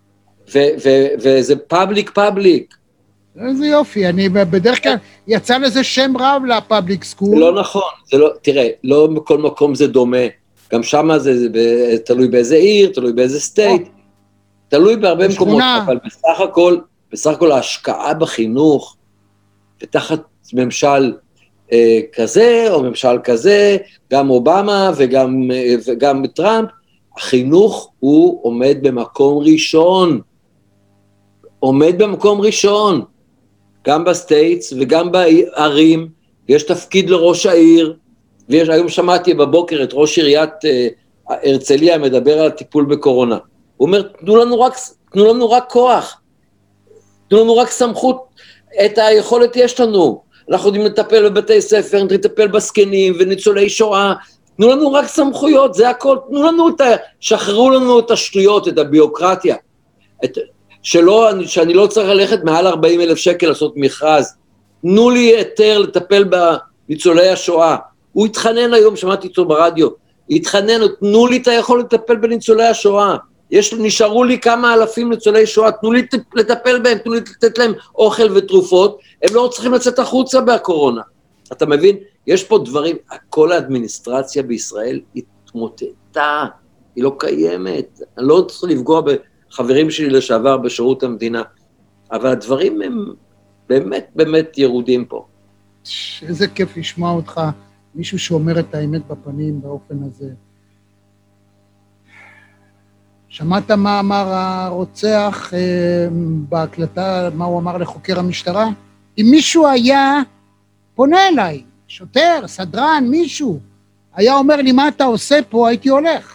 וזה פאבליק פאבליק. איזה יופי, אני בדרך כלל, יצא לזה שם רב לפאבליק סקול. זה לא נכון, זה לא, תראה, לא בכל מקום זה דומה, גם שם זה תלוי באיזה עיר, תלוי באיזה סטייט, תלוי בהרבה מקומות, אבל בסך הכל, בסך הכל ההשקעה בחינוך, ותחת ממשל אה, כזה, או ממשל כזה, גם אובמה וגם, אה, וגם טראמפ, החינוך הוא עומד במקום ראשון, עומד במקום ראשון, גם בסטייטס וגם בערים, יש תפקיד לראש העיר, ויש, היום שמעתי בבוקר את ראש עיריית אה, הרצליה מדבר על טיפול בקורונה, הוא אומר, תנו לנו רק, תנו לנו רק כוח, תנו לנו רק סמכות, את היכולת יש לנו, אנחנו יודעים לטפל בבתי ספר, לטפל בסקנים וניצולי שואה, תנו לנו רק סמכויות, זה הכל, תנו לנו את ה... שחררו לנו את השטויות, את הביוקרטיה, את... שלא, שאני לא צריך ללכת מעל ארבעים אלף שקל לעשות מכרז, תנו לי היתר לטפל בניצולי השואה, הוא התחנן היום, שמעתי איתו ברדיו, התחנן, תנו לי את היכולת לטפל בניצולי השואה, יש, נשארו לי כמה אלפים ניצולי שואה, תנו לי לטפל בהם, תנו לי לתת להם אוכל ותרופות, הם לא צריכים לצאת החוצה בקורונה, אתה מבין? יש פה דברים, כל האדמיניסטרציה בישראל התמוטטה, היא לא קיימת, אני לא צריך לפגוע בחברים שלי לשעבר בשירות המדינה, אבל הדברים הם באמת באמת ירודים פה. איזה כיף לשמוע אותך, מישהו שאומר את האמת בפנים באופן הזה. שמעת מה אמר הרוצח אה, בהקלטה, מה הוא אמר לחוקר המשטרה? אם מישהו היה פונה אליי, שוטר, סדרן, מישהו, היה אומר לי, מה אתה עושה פה, הייתי הולך.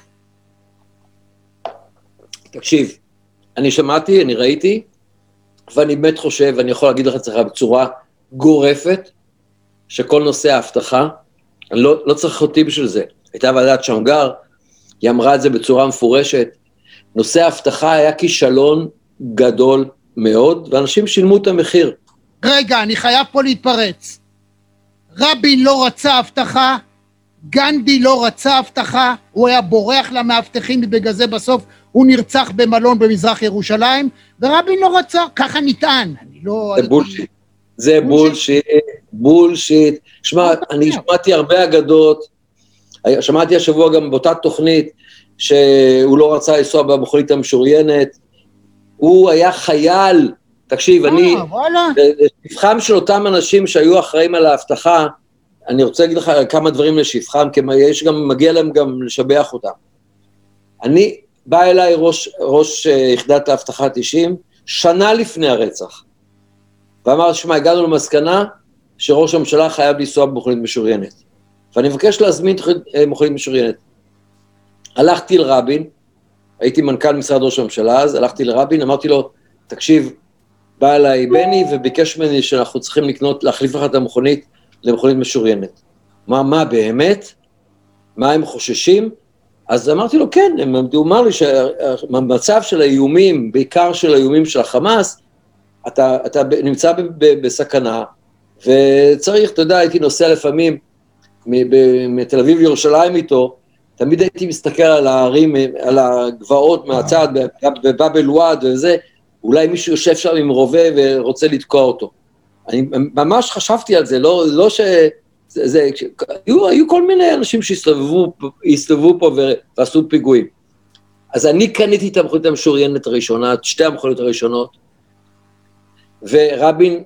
תקשיב, אני שמעתי, אני ראיתי, ואני באמת חושב, ואני יכול להגיד לך אצלך בצורה גורפת, שכל נושא ההבטחה, אני לא, לא צריך אותי בשביל זה, הייתה ועדת שמגר, היא אמרה את זה בצורה מפורשת, נושא ההבטחה היה כישלון גדול מאוד, ואנשים שילמו את המחיר. רגע, אני חייב פה להתפרץ. רבין לא רצה הבטחה, גנדי לא רצה הבטחה, הוא היה בורח למאבטחים, ובגלל זה בסוף הוא נרצח במלון במזרח ירושלים, ורבין לא רצה, ככה נטען. אני לא... זה בולשיט, זה בולשיט, בולשיט. שמע, אני שמעתי הרבה אגדות, שמעתי השבוע גם באותה תוכנית, שהוא לא רצה לנסוע במכונית המשוריינת, הוא היה חייל, תקשיב, אני, לשבחם של אותם אנשים שהיו אחראים על ההבטחה, אני רוצה להגיד לך כמה דברים לשבחם, כי יש גם, מגיע להם גם לשבח אותם. אני, בא אליי ראש, ראש יחידת ההבטחה תשעים, שנה לפני הרצח, ואמר, שמה, הגענו למסקנה, שראש הממשלה חייב לנסוע במכונית משוריינת, ואני מבקש להזמין מכונית משוריינת. הלכתי לרבין, הייתי מנכ"ל משרד ראש הממשלה אז, הלכתי לרבין, אמרתי לו, תקשיב, בא אליי בני וביקש ממני שאנחנו צריכים לקנות, להחליף לך את המכונית למכונית משוריינת. מה, מה באמת? מה הם חוששים? אז אמרתי לו, כן, הוא אמר לי שהמצב של האיומים, בעיקר של האיומים של החמאס, אתה, אתה נמצא ב, ב, בסכנה, וצריך, אתה יודע, הייתי נוסע לפעמים מתל אביב לירושלים איתו, תמיד הייתי מסתכל על הערים, על הגבעות מהצד, בבאבל וואד וזה, אולי מישהו יושב שם עם רובה ורוצה לתקוע אותו. אני ממש חשבתי על זה, לא, לא ש... זה, זה, היו, היו כל מיני אנשים שהסתובבו פה ועשו פיגועים. אז אני קניתי את המכונית המשוריינת הראשונה, את שתי המכוניות הראשונות, ורבין,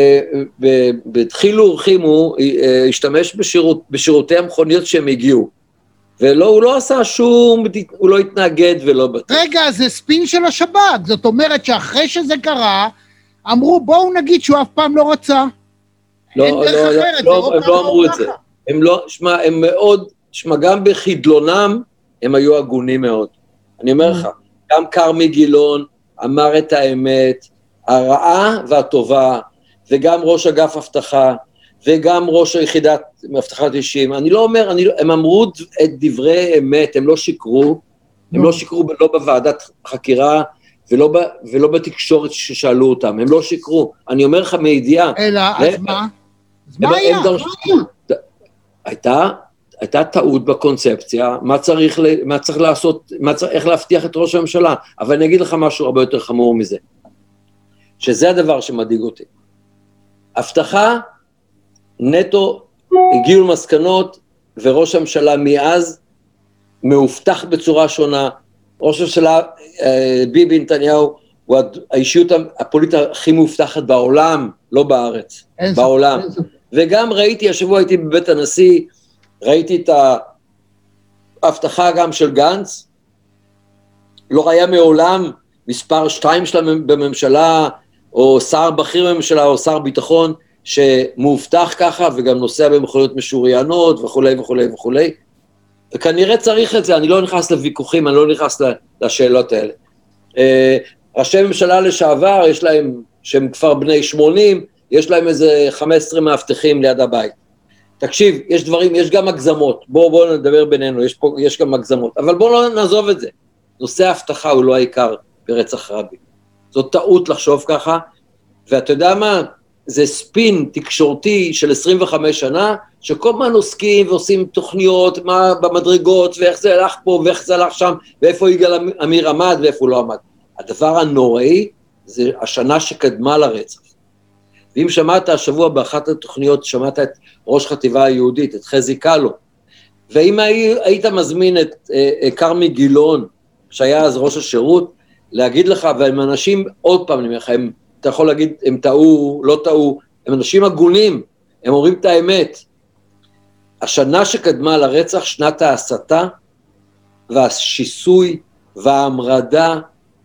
בתחילו ורחים הוא השתמש בשירות, בשירותי המכוניות שהם הגיעו. ולא, הוא לא עשה שום, הוא לא התנגד ולא בטח. רגע, זה ספין של השב"כ, זאת אומרת שאחרי שזה קרה, אמרו בואו נגיד שהוא אף פעם לא רצה. לא, לא, לא, לא, הם לא אמרו את זה. הם לא, שמה, הם מאוד, שמה, גם בחידלונם, הם היו הגונים מאוד. אני אומר לך, גם קרמי גילון אמר את האמת, הרעה והטובה, וגם ראש אגף הבטחה, וגם ראש היחידת מהבטחת תשעים, אני לא אומר, אני, הם אמרו את דברי אמת, הם לא שיקרו, הם לא שיקרו לא בוועדת חקירה, ולא, ב, ולא בתקשורת ששאלו אותם, הם לא שיקרו, אני אומר לך מידיעה. אלא, אז מה? אז מה היה? הייתה, הייתה טעות בקונספציה, מה צריך, מה צריך לעשות, מה צריך, איך להבטיח את ראש הממשלה, אבל אני אגיד לך משהו הרבה יותר חמור מזה, שזה הדבר שמדאיג אותי. הבטחה, נטו, הגיעו למסקנות, וראש הממשלה מאז מאובטח בצורה שונה, ראש הממשלה ביבי נתניהו, הוא האישיות הפוליטית הכי מאובטחת בעולם, לא בארץ, בעולם. וגם ראיתי, השבוע הייתי בבית הנשיא, ראיתי את ההבטחה גם של גנץ, לא היה מעולם מספר שתיים שלה בממשלה, או שר בכיר בממשלה, או שר ביטחון, שמאובטח ככה, וגם נוסע במכוניות משוריינות, וכולי וכולי וכולי, וכנראה צריך את זה, אני לא נכנס לוויכוחים, אני לא נכנס לשאלות האלה. ראשי ממשלה לשעבר, יש להם, שהם כבר בני שמונים, יש להם איזה חמש עשרה מאבטחים ליד הבית. תקשיב, יש דברים, יש גם הגזמות, בואו בואו נדבר בינינו, יש, פה, יש גם הגזמות, אבל בואו לא נעזוב את זה. נושא ההבטחה הוא לא העיקר ברצח רבין. זאת טעות לחשוב ככה, ואתה יודע מה? זה ספין תקשורתי של עשרים וחמש שנה, שכל מה עוסקים ועושים תוכניות, מה במדרגות, ואיך זה הלך פה, ואיך זה הלך שם, ואיפה יגאל עמיר עמד, ואיפה הוא לא עמד. הדבר הנוראי, זה השנה שקדמה לרצח. ואם שמעת השבוע באחת התוכניות, שמעת את ראש חטיבה היהודית, את חזי קלו, ואם היית מזמין את קרמי גילון, שהיה אז ראש השירות, להגיד לך, והם אנשים, עוד פעם, הם, אתה יכול להגיד, הם טעו, לא טעו, הם אנשים הגונים, הם אומרים את האמת. השנה שקדמה לרצח, שנת ההסתה, והשיסוי, וההמרדה,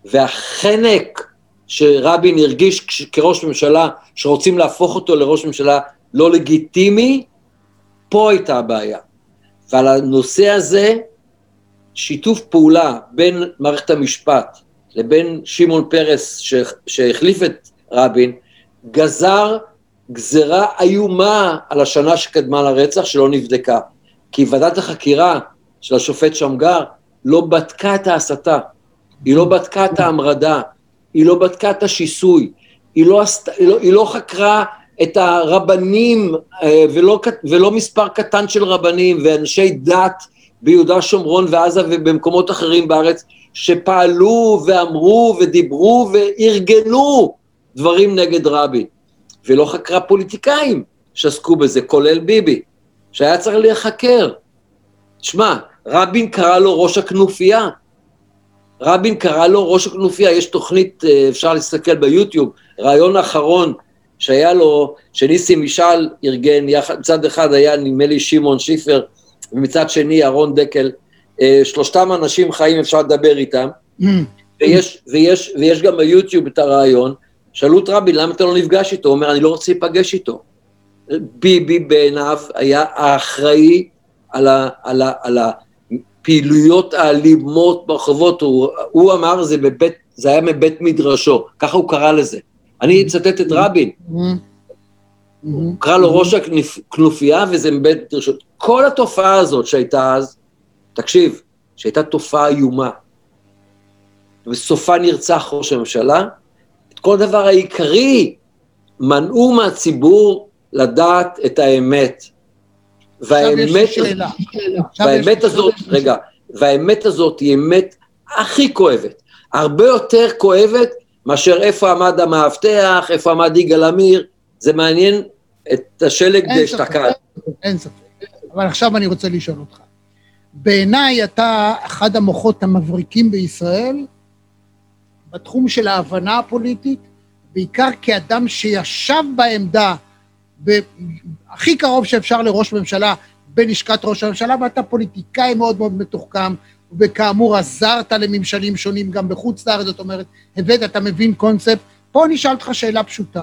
והחנק שרבין הרגיש כראש ממשלה, שרוצים להפוך אותו לראש ממשלה לא לגיטימי, פה הייתה הבעיה. ועל הנושא הזה, שיתוף פעולה בין מערכת המשפט, לבין שמעון פרס שהחליף את רבין, גזר גזרה איומה על השנה שקדמה לרצח שלא נבדקה. כי ועדת החקירה של השופט שמגר לא בדקה את ההסתה, היא לא בדקה את ההמרדה, היא לא בדקה את השיסוי, היא לא, היא לא, היא לא חקרה את הרבנים ולא, ולא מספר קטן של רבנים ואנשי דת ביהודה שומרון ועזה ובמקומות אחרים בארץ, שפעלו ואמרו ודיברו וארגנו דברים נגד רבין, ולא חקרה פוליטיקאים שעסקו בזה, כולל ביבי, שהיה צריך להיחקר. תשמע, רבין קרא לו ראש הכנופיה, רבין קרא לו ראש הכנופיה, יש תוכנית, אפשר להסתכל ביוטיוב, רעיון האחרון שהיה לו, שניסים משאל ארגן, מצד אחד היה נדמה לי שמעון שיפר, ומצד שני אהרון דקל, שלושתם אנשים חיים, אפשר לדבר איתם, ויש, ויש, ויש גם ביוטיוב את הרעיון, שאלו את רבין, למה אתה לא נפגש איתו? הוא אומר, אני לא רוצה להיפגש איתו. ביבי בעיניו היה האחראי על, ה, על, ה, על הפעילויות האלימות ברחובות, הוא, הוא אמר, זה, בבית, זה היה מבית מדרשו, ככה הוא קרא לזה. אני אצטט את רבין, הוא קרא לו ראש הכנופיה, וזה מבית מדרשו. כל התופעה הזאת שהייתה אז, תקשיב, שהייתה תופעה איומה, בסופה נרצח ראש הממשלה, את כל דבר העיקרי, מנעו מהציבור לדעת את האמת. והאמת, והאמת הזאת, רגע, והאמת הזאת היא אמת הכי כואבת, הרבה יותר כואבת, מאשר איפה עמד המאבטח, איפה עמד יגאל עמיר, זה מעניין את השלג דאשתקד. אין ספק, אבל עכשיו אני רוצה לשאול אותך. בעיניי אתה אחד המוחות המבריקים בישראל, בתחום של ההבנה הפוליטית, בעיקר כאדם שישב בעמדה, הכי קרוב שאפשר לראש ממשלה, בלשכת ראש הממשלה, ואתה פוליטיקאי מאוד מאוד מתוחכם, וכאמור עזרת לממשלים שונים גם בחוץ לארץ, זאת אומרת, הבאת, אתה מבין קונספט. פה אני אשאל אותך שאלה פשוטה.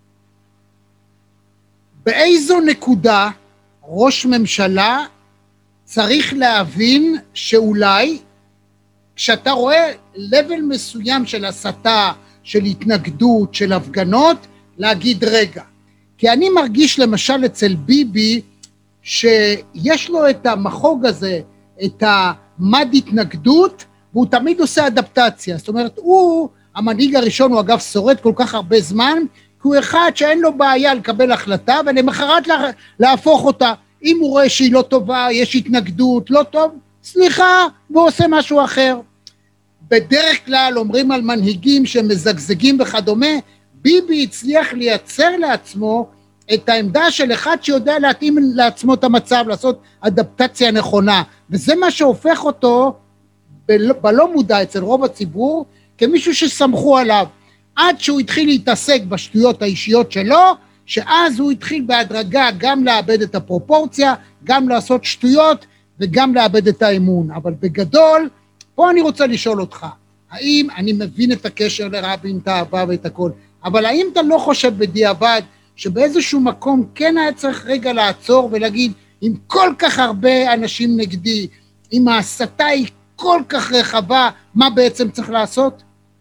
באיזו נקודה ראש ממשלה צריך להבין שאולי, כשאתה רואה לבל מסוים של הסתה, של התנגדות, של הפגנות, להגיד רגע. כי אני מרגיש למשל אצל ביבי, שיש לו את המחוג הזה, את המד התנגדות, והוא תמיד עושה אדפטציה. זאת אומרת, הוא, המנהיג הראשון, הוא אגב שורד כל כך הרבה זמן, כי הוא אחד שאין לו בעיה לקבל החלטה, ולמחרת לה, להפוך אותה. אם הוא רואה שהיא לא טובה, יש התנגדות, לא טוב, סליחה, והוא עושה משהו אחר. בדרך כלל אומרים על מנהיגים שמזגזגים וכדומה, ביבי הצליח לייצר לעצמו את העמדה של אחד שיודע להתאים לעצמו את המצב, לעשות אדפטציה נכונה, וזה מה שהופך אותו בל, בלא מודע אצל רוב הציבור, כמישהו שסמכו עליו, עד שהוא התחיל להתעסק בשטויות האישיות שלו, שאז הוא התחיל בהדרגה גם לאבד את הפרופורציה, גם לעשות שטויות וגם לאבד את האמון. אבל בגדול, פה אני רוצה לשאול אותך, האם אני מבין את הקשר לרבין, את האהבה ואת הכל, אבל האם אתה לא חושב בדיעבד שבאיזשהו מקום כן היה צריך רגע לעצור ולהגיד, עם כל כך הרבה אנשים נגדי, אם ההסתה היא כל כך רחבה, מה בעצם צריך לעשות?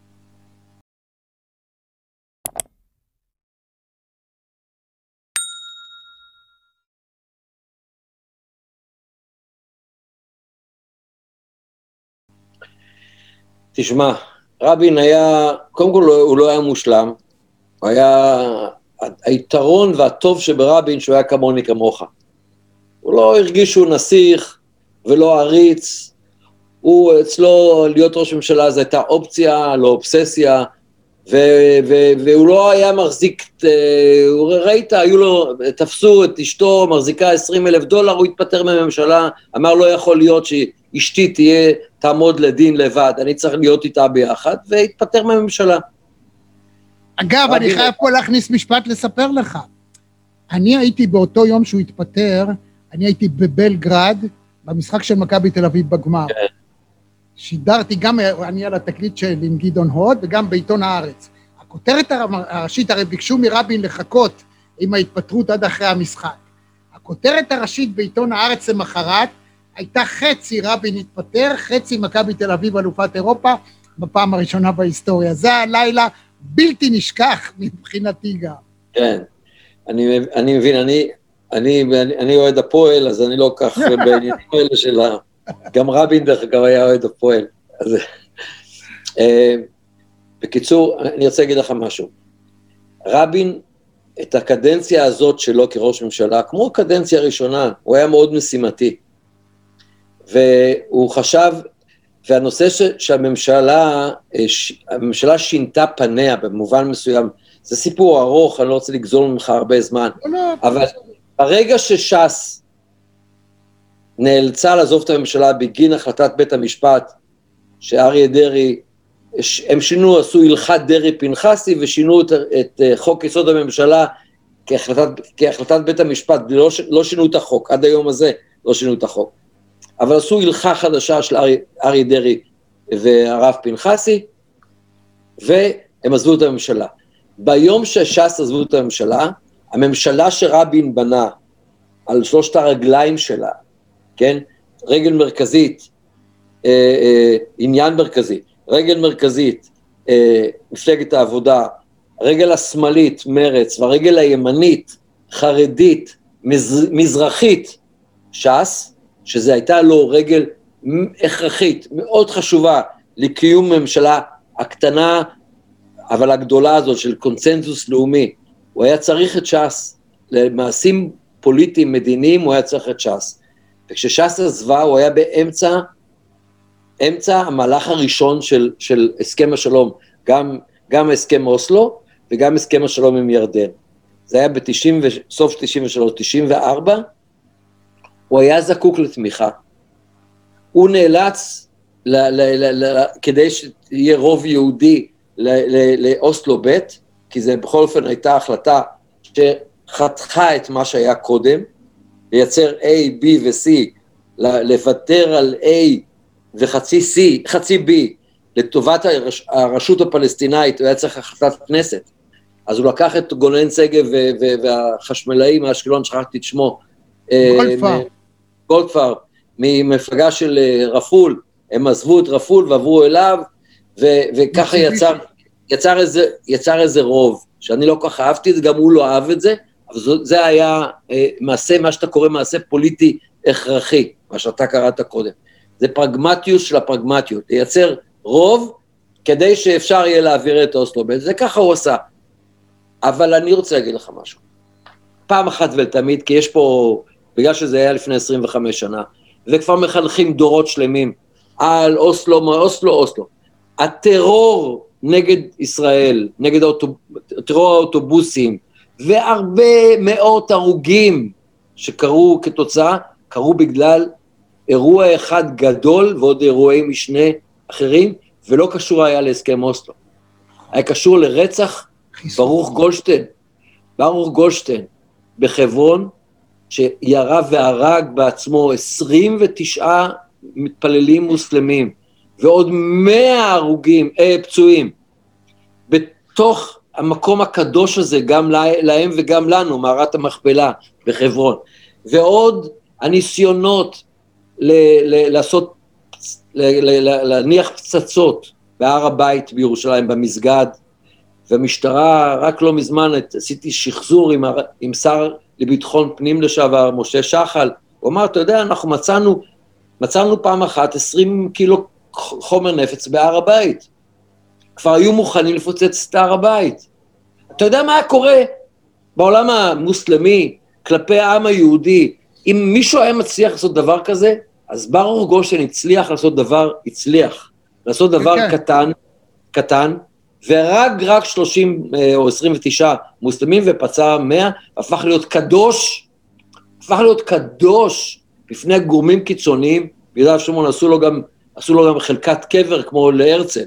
תשמע, רבין היה, קודם כל הוא לא היה מושלם, הוא היה, היתרון והטוב שברבין שהוא היה כמוני כמוך. הוא לא הרגיש שהוא נסיך ולא עריץ, הוא אצלו להיות ראש ממשלה זו הייתה אופציה, לא אובססיה, ו- ו- והוא לא היה מחזיק, הוא ראית, היו לו, תפסו את אשתו, מחזיקה עשרים אלף דולר, הוא התפטר מהממשלה, אמר לא יכול להיות שאשתי תהיה, תעמוד לדין לבד, אני צריך להיות איתה ביחד, והתפטר מהממשלה. אגב, אני חייב פה להכניס משפט לספר לך. אני הייתי באותו יום שהוא התפטר, אני הייתי בבלגרד, במשחק של מכבי תל אביב בגמר. שידרתי גם, אני על התקליט של עם גדעון הוד, וגם בעיתון הארץ. הכותרת הראשית, הרי ביקשו מרבין לחכות עם ההתפטרות עד אחרי המשחק. הכותרת הראשית בעיתון הארץ למחרת, הייתה חצי רבין התפטר, חצי מכבי תל אביב אלופת אירופה, בפעם הראשונה בהיסטוריה. זה הלילה בלתי נשכח מבחינתי גם. כן, אני, אני מבין, אני, אני, אני, אני אוהד הפועל, אז אני לא כך בעניינים האלה שלה. גם רבין דרך אגב היה אוהד הפועל. אז, אה, בקיצור, אני רוצה להגיד לך משהו. רבין, את הקדנציה הזאת שלו כראש ממשלה, כמו הקדנציה הראשונה, הוא היה מאוד משימתי. והוא חשב, והנושא ש, שהממשלה, הממשלה שינתה פניה במובן מסוים, זה סיפור ארוך, אני לא רוצה לגזול ממך הרבה זמן, אבל ברגע שש"ס נאלצה לעזוב את הממשלה בגין החלטת בית המשפט, שאריה דרעי, הם שינו, עשו הלכת דרעי פנחסי, ושינו את, את חוק יסוד הממשלה כהחלטת, כהחלטת בית המשפט, לא, לא שינו את החוק, עד היום הזה לא שינו את החוק. אבל עשו הלכה חדשה של אריה, אריה דרעי והרב פנחסי, והם עזבו את הממשלה. ביום שש"ס עזבו את הממשלה, הממשלה שרבין בנה על שלושת הרגליים שלה, כן? רגל מרכזית, אה, אה, עניין מרכזי, רגל מרכזית, אה, מפלגת העבודה, רגל השמאלית, מרץ, והרגל הימנית, חרדית, מז, מזרחית, ש"ס, שזה הייתה לו רגל הכרחית, מאוד חשובה, לקיום ממשלה הקטנה, אבל הגדולה הזאת של קונצנזוס לאומי. הוא היה צריך את ש"ס, למעשים פוליטיים, מדיניים, הוא היה צריך את ש"ס. וכשש"ס עזבה, הוא היה באמצע, אמצע המהלך הראשון של, של הסכם השלום, גם, גם הסכם אוסלו, וגם הסכם השלום עם ירדן. זה היה ב-תשעים, סוף תשעים ושלוש, תשעים וארבע, הוא היה זקוק לתמיכה. הוא נאלץ, ל, ל, ל, ל, כדי שיהיה רוב יהודי לאוסלו ב', כי זה בכל אופן הייתה החלטה שחתכה את מה שהיה קודם, לייצר A, B ו-C, לוותר על A וחצי C, חצי B, לטובת הרש, הרשות הפלסטינאית, הוא היה צריך החלטת כנסת. אז הוא לקח את גונן שגב והחשמלאי מאשקלון, שכחתי את שמו, גולדפאר. גולדפאר, ממפלגה של רפול, הם עזבו את רפול ועברו אליו, ו- וככה יצר, יצר, איזה, יצר איזה רוב, שאני לא כך אהבתי את זה, גם הוא לא אהב את זה, אבל זה היה אה, מעשה, מה שאתה קורא מעשה פוליטי הכרחי, מה שאתה קראת קודם. זה פרגמטיות של הפרגמטיות, לייצר רוב, כדי שאפשר יהיה להעביר את אוסלו, זה ככה הוא עשה. אבל אני רוצה להגיד לך משהו. פעם אחת ולתמיד, כי יש פה בגלל שזה היה לפני עשרים וחמש שנה, וכבר מחנכים דורות שלמים על אוסלו, מה אוסלו, אוסלו. הטרור נגד ישראל, נגד האוטוב... טרור האוטובוסים, והרבה מאות הרוגים שקרו כתוצאה, קרו בגלל אירוע אחד גדול, ועוד אירועי משנה אחרים, ולא קשור היה להסכם אוסלו. היה קשור לרצח ברוך גולדשטיין, ברוך גולדשטיין, בחברון, שירה והרג בעצמו עשרים ותשעה מתפללים מוסלמים, ועוד מאה הרוגים, אה, פצועים, בתוך המקום הקדוש הזה, גם להם וגם לנו, מערת המכפלה בחברון, ועוד הניסיונות ל- ל- לעשות, ל- ל- להניח פצצות בהר הבית בירושלים, במסגד, והמשטרה, רק לא מזמן עשיתי שחזור עם, עם שר לביטחון פנים לשעבר, משה שחל, הוא אמר, אתה יודע, אנחנו מצאנו, מצאנו פעם אחת עשרים קילו חומר נפץ בהר הבית, כבר היו מוכנים לפוצץ את הר הבית. אתה יודע מה היה קורה בעולם המוסלמי, כלפי העם היהודי, אם מישהו היה מצליח לעשות דבר כזה, אז ברוך גולדשטיין הצליח לעשות דבר, הצליח, לעשות דבר okay. קטן, קטן, ורק רק שלושים או עשרים ותשעה מוסלמים ופצע מאה, הפך להיות קדוש, הפך להיות קדוש בפני גורמים קיצוניים, ביהודה ושומרון עשו לו גם, עשו לו גם חלקת קבר כמו להרצל.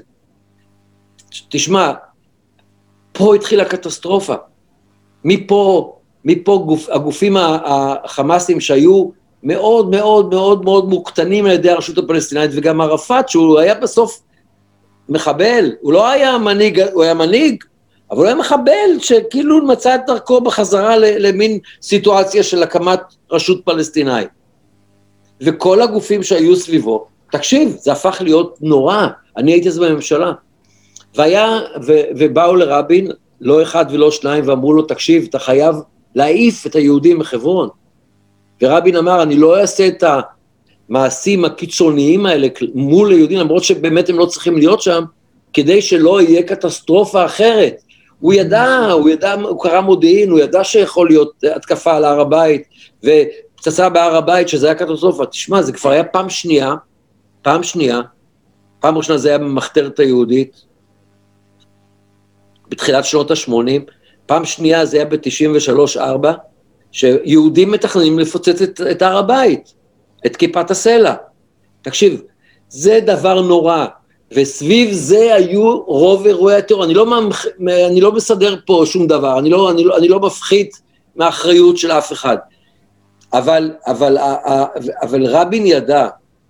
תשמע, פה התחילה קטסטרופה, מפה, מפה גוף, הגופים החמאסים שהיו מאוד מאוד מאוד מאוד מוקטנים על ידי הרשות הפלסטינאית, וגם ערפאת שהוא היה בסוף מחבל, הוא לא היה מנהיג, הוא היה מנהיג, אבל הוא היה מחבל שכאילו מצא את דרכו בחזרה למין סיטואציה של הקמת רשות פלסטינאית. וכל הגופים שהיו סביבו, תקשיב, זה הפך להיות נורא, אני הייתי אז בממשלה, והיה, ו, ובאו לרבין, לא אחד ולא שניים, ואמרו לו, תקשיב, אתה חייב להעיף את היהודים מחברון. ורבין אמר, אני לא אעשה את המעשים הקיצוניים האלה מול היהודים, למרות שבאמת הם לא צריכים להיות שם, כדי שלא יהיה קטסטרופה אחרת. הוא ידע, הוא ידע, הוא קרא מודיעין, הוא ידע שיכול להיות התקפה על הר הבית, ופצצה בהר הבית, שזה היה קטסטרופה. תשמע, זה כבר היה פעם שנייה, פעם שנייה, פעם ראשונה זה היה במחתרת היהודית, בתחילת שנות ה-שמונים, פעם שנייה זה היה ב-תשעים ושלוש ארבע, שיהודים מתכננים לפוצץ את, את הר הבית, את כיפת הסלע. תקשיב, זה דבר נורא, וסביב זה היו רוב אירועי הטרור. אני לא, אני לא מסדר פה שום דבר, אני לא, אני לא, אני לא מפחית מהאחריות של אף אחד. אבל, אבל, אבל רבין ידע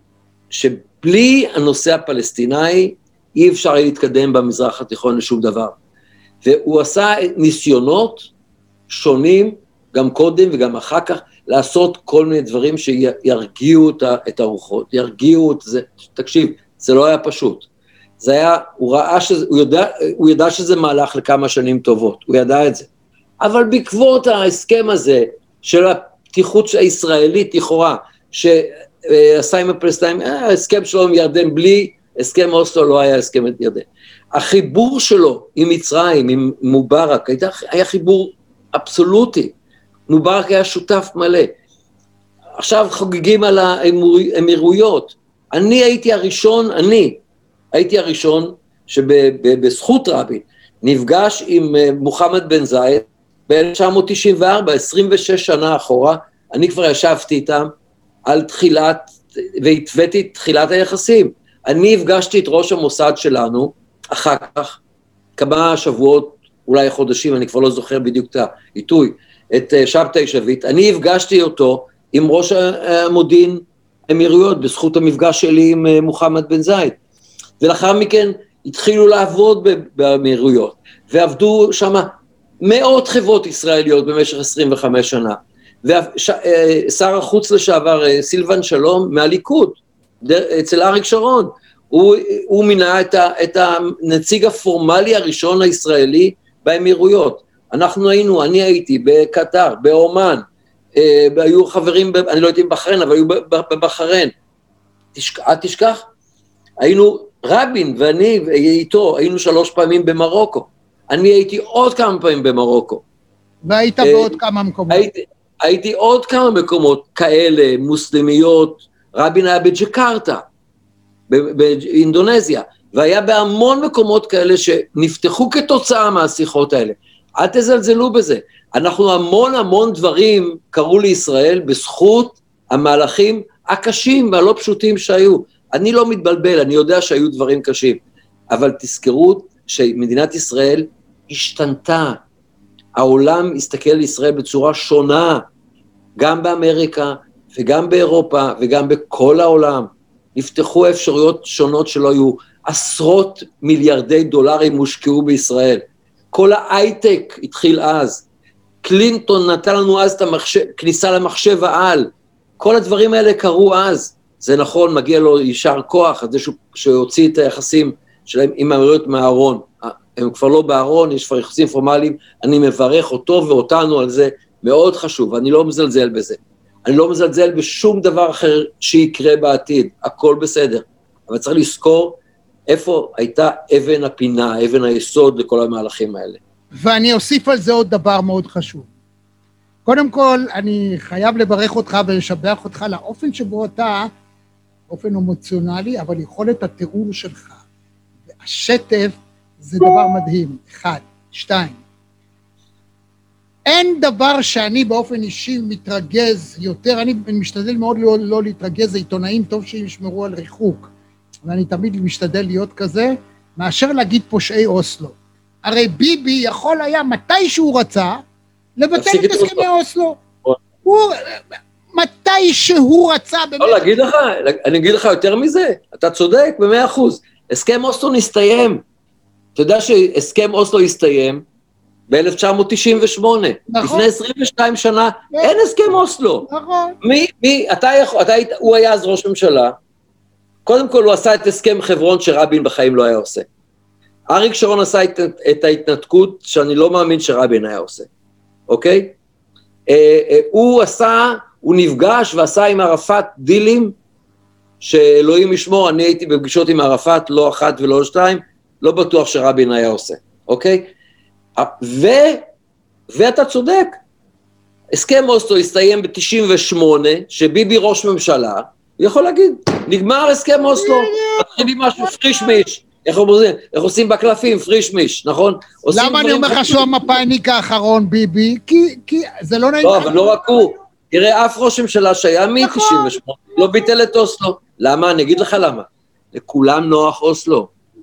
שבלי הנושא הפלסטיני אי אפשר להתקדם במזרח התיכון לשום דבר. והוא עשה ניסיונות שונים, גם קודם וגם אחר כך, לעשות כל מיני דברים שירגיעו את הרוחות, ירגיעו את זה. תקשיב, זה לא היה פשוט. זה היה, הוא ראה שזה, הוא ידע, הוא ידע שזה מהלך לכמה שנים טובות, הוא ידע את זה. אבל בעקבות ההסכם הזה, של הפתיחות הישראלית, לכאורה, שעשה עם הפלסטינים, ההסכם שלו עם ירדן, בלי הסכם אוסלו לא היה הסכם את ירדן. החיבור שלו עם מצרים, עם מובארק, היה, היה חיבור אבסולוטי. מובארק היה שותף מלא. עכשיו חוגגים על האמירויות. אני הייתי הראשון, אני הייתי הראשון שבזכות רבין נפגש עם מוחמד בן זאיד ב-אלף תשע מאות תשעים וארבע, עשרים ושש שנה אחורה, אני כבר ישבתי איתם על תחילת, והתוויתי תחילת היחסים. אני הפגשתי את ראש המוסד שלנו, אחר כך, כמה שבועות, אולי חודשים, אני כבר לא זוכר בדיוק את העיתוי, את שבתאי שביט, אני הפגשתי אותו עם ראש המודיעין האמירויות, בזכות המפגש שלי עם מוחמד בן זאיד, ולאחר מכן התחילו לעבוד באמירויות, ועבדו שם מאות חברות ישראליות במשך עשרים וחמש שנה, ושר החוץ לשעבר סילבן שלום מהליכוד, אצל אריק שרון, הוא, הוא מינה את, ה, את הנציג הפורמלי הראשון הישראלי באמירויות. אנחנו היינו, אני הייתי בקטר, באומן, אה, היו חברים, אני לא הייתי בבחריין, אבל היו בבחריין. תשכח, תשכח, היינו, רבין ואני איתו, היינו שלוש פעמים במרוקו. אני הייתי עוד כמה פעמים במרוקו. והיית אה, בעוד כמה מקומות. הייתי, הייתי עוד כמה מקומות כאלה, מוסלמיות, רבין היה בג'קרטה, באינדונזיה, והיה בהמון מקומות כאלה שנפתחו כתוצאה מהשיחות האלה. אל תזלזלו בזה. אנחנו המון המון דברים קראו לישראל בזכות המהלכים הקשים והלא פשוטים שהיו. אני לא מתבלבל, אני יודע שהיו דברים קשים, אבל תזכרו שמדינת ישראל השתנתה. העולם הסתכל על ישראל בצורה שונה, גם באמריקה וגם באירופה וגם בכל העולם. נפתחו אפשרויות שונות שלא היו. עשרות מיליארדי דולרים מושקעו בישראל. כל ההייטק התחיל אז. קלינטון נתן לנו אז את המחשב, כניסה למחשב העל. כל הדברים האלה קרו אז. זה נכון, מגיע לו יישר כוח, על זה שהוציא את היחסים שלהם עם האמירויות מהארון. הם כבר לא בארון, יש כבר יחסים פורמליים, אני מברך אותו ואותנו על זה, מאוד חשוב, אני לא מזלזל בזה. אני לא מזלזל בשום דבר אחר שיקרה בעתיד, הכל בסדר. אבל צריך לזכור איפה הייתה אבן הפינה, אבן היסוד לכל המהלכים האלה. ואני אוסיף על זה עוד דבר מאוד חשוב. קודם כל, אני חייב לברך אותך ולשבח אותך לאופן שבו אתה, אופן אמוציונלי, אבל יכולת התיאור שלך, והשטף זה דבר מדהים, אחד, שתיים. אין דבר שאני באופן אישי מתרגז יותר, אני משתדל מאוד לא, לא להתרגז, העיתונאים טוב שהם ישמרו על ריחוק, ואני תמיד משתדל להיות כזה, מאשר להגיד פושעי אוסלו. הרי ביבי יכול היה מתי שהוא רצה, לבטל את הסכמי אוסלו. הוא, מתי שהוא רצה... לא, להגיד לך, אני אגיד לך יותר מזה, אתה צודק במאה אחוז, הסכם אוסלו נסתיים. אתה יודע שהסכם אוסלו הסתיים ב-אלף תשע מאות תשעים ושמונה, נכון. לפני עשרים ושתיים שנה, נכון. אין הסכם אוסלו. נכון. מי, מי, אתה יכול, אתה, הוא היה אז ראש ממשלה, קודם כל הוא עשה את הסכם חברון שרבין בחיים לא היה עושה. אריק שרון עשה את, את ההתנתקות שאני לא מאמין שרבין היה עושה, אוקיי? אה, אה, הוא עשה, הוא נפגש ועשה עם ערפאת דילים, שאלוהים ישמור, אני הייתי בפגישות עם ערפאת, לא אחת ולא שתיים, לא בטוח שרבין היה עושה, אוקיי? ו, ואתה צודק, הסכם אוסלו הסתיים ב-תשעים ושמונה, שביבי ראש ממשלה, הוא יכול להגיד, נגמר הסכם אוסלו, מתחילים משהו פריש מיש, איך עושים בקלפים, פריש מיש, נכון? למה אני אומר לך שהוא המפאיניק האחרון, ביבי? כי זה לא נעים. לא, אבל לא רק הוא, תראה, אף ראש ממשלה שהיה מ-תשעים ושמונה, לא ביטל את אוסלו, למה? אני אגיד לך למה, לכולם נוח אוסלו.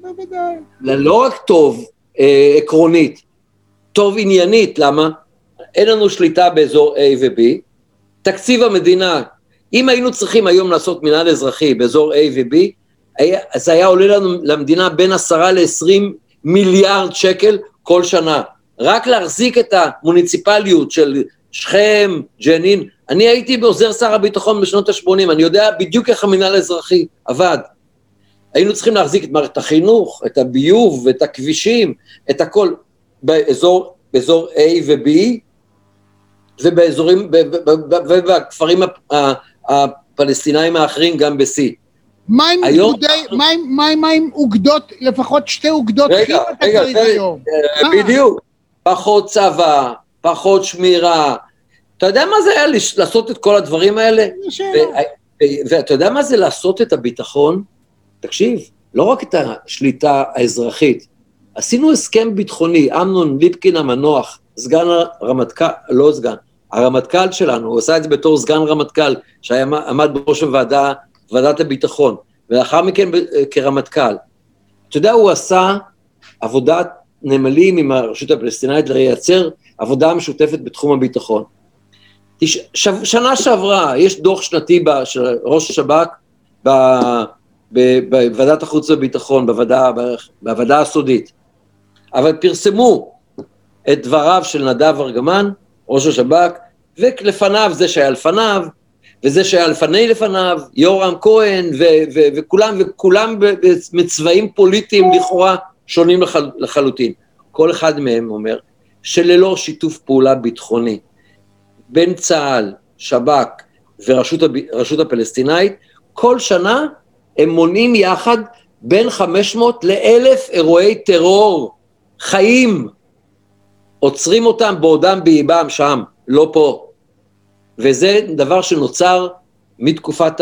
לא רק טוב אה, עקרונית, טוב עניינית, למה? אין לנו שליטה באזור A ו-B, תקציב המדינה, אם היינו צריכים היום לעשות מנהל אזרחי באזור A ו-B, זה היה עולה לנו למדינה בין עשרה ל-עשרים מיליארד שקל כל שנה, רק להחזיק את המוניציפליות של שכם, ג'נין, אני הייתי בעוזר שר הביטחון בשנות ה-שמונים, אני יודע בדיוק איך המנהל האזרחי עבד, היינו צריכים להחזיק את מערכת החינוך, את הביוב, את הכבישים, את הכל, באזור, באזור A ו-B, ובאזורים, ובכפרים הפלסטינאים האחרים גם ב-C. מה עם אוגדות, מה עם אוגדות, לפחות שתי אוגדות, רגע, רגע, בדיוק, פחות צבא, פחות שמירה, אתה יודע מה זה היה לעשות את כל הדברים האלה? ואתה יודע מה זה לעשות את הביטחון? תקשיב, לא רק את השליטה האזרחית, עשינו הסכם ביטחוני, אמנון ליפקין המנוח, סגן הרמטכ"ל, לא סגן, הרמטכ"ל שלנו, הוא עשה את זה בתור סגן רמטכ"ל, שעמד בראש הוועדה, ועדת הביטחון, ולאחר מכן כרמטכ"ל. אתה יודע, הוא עשה עבודת נמלים עם הרשות הפלסטינאית, לייצר עבודה משותפת בתחום הביטחון. שנה שעברה, יש דוח שנתי של ראש השב"כ, בוועדת החוץ והביטחון, בוועדה, בוועדה הסודית, אבל פרסמו את דבריו של נדב ארגמן, ראש השב"כ, ולפניו, זה שהיה לפניו, וזה שהיה לפני לפניו, יורם כהן, ו- ו- וכולם, וכולם בצבעים פוליטיים לכאורה שונים לחל- לחלוטין. כל אחד מהם אומר, שללא שיתוף פעולה ביטחוני, בין צה"ל, שב"כ ורשות הרשות הפלסטינאית, כל שנה הם מונים יחד בין חמש מאות לאלף אירועי טרור, חיים, עוצרים אותם בעודם באיבם שם, לא פה. וזה דבר שנוצר מתקופת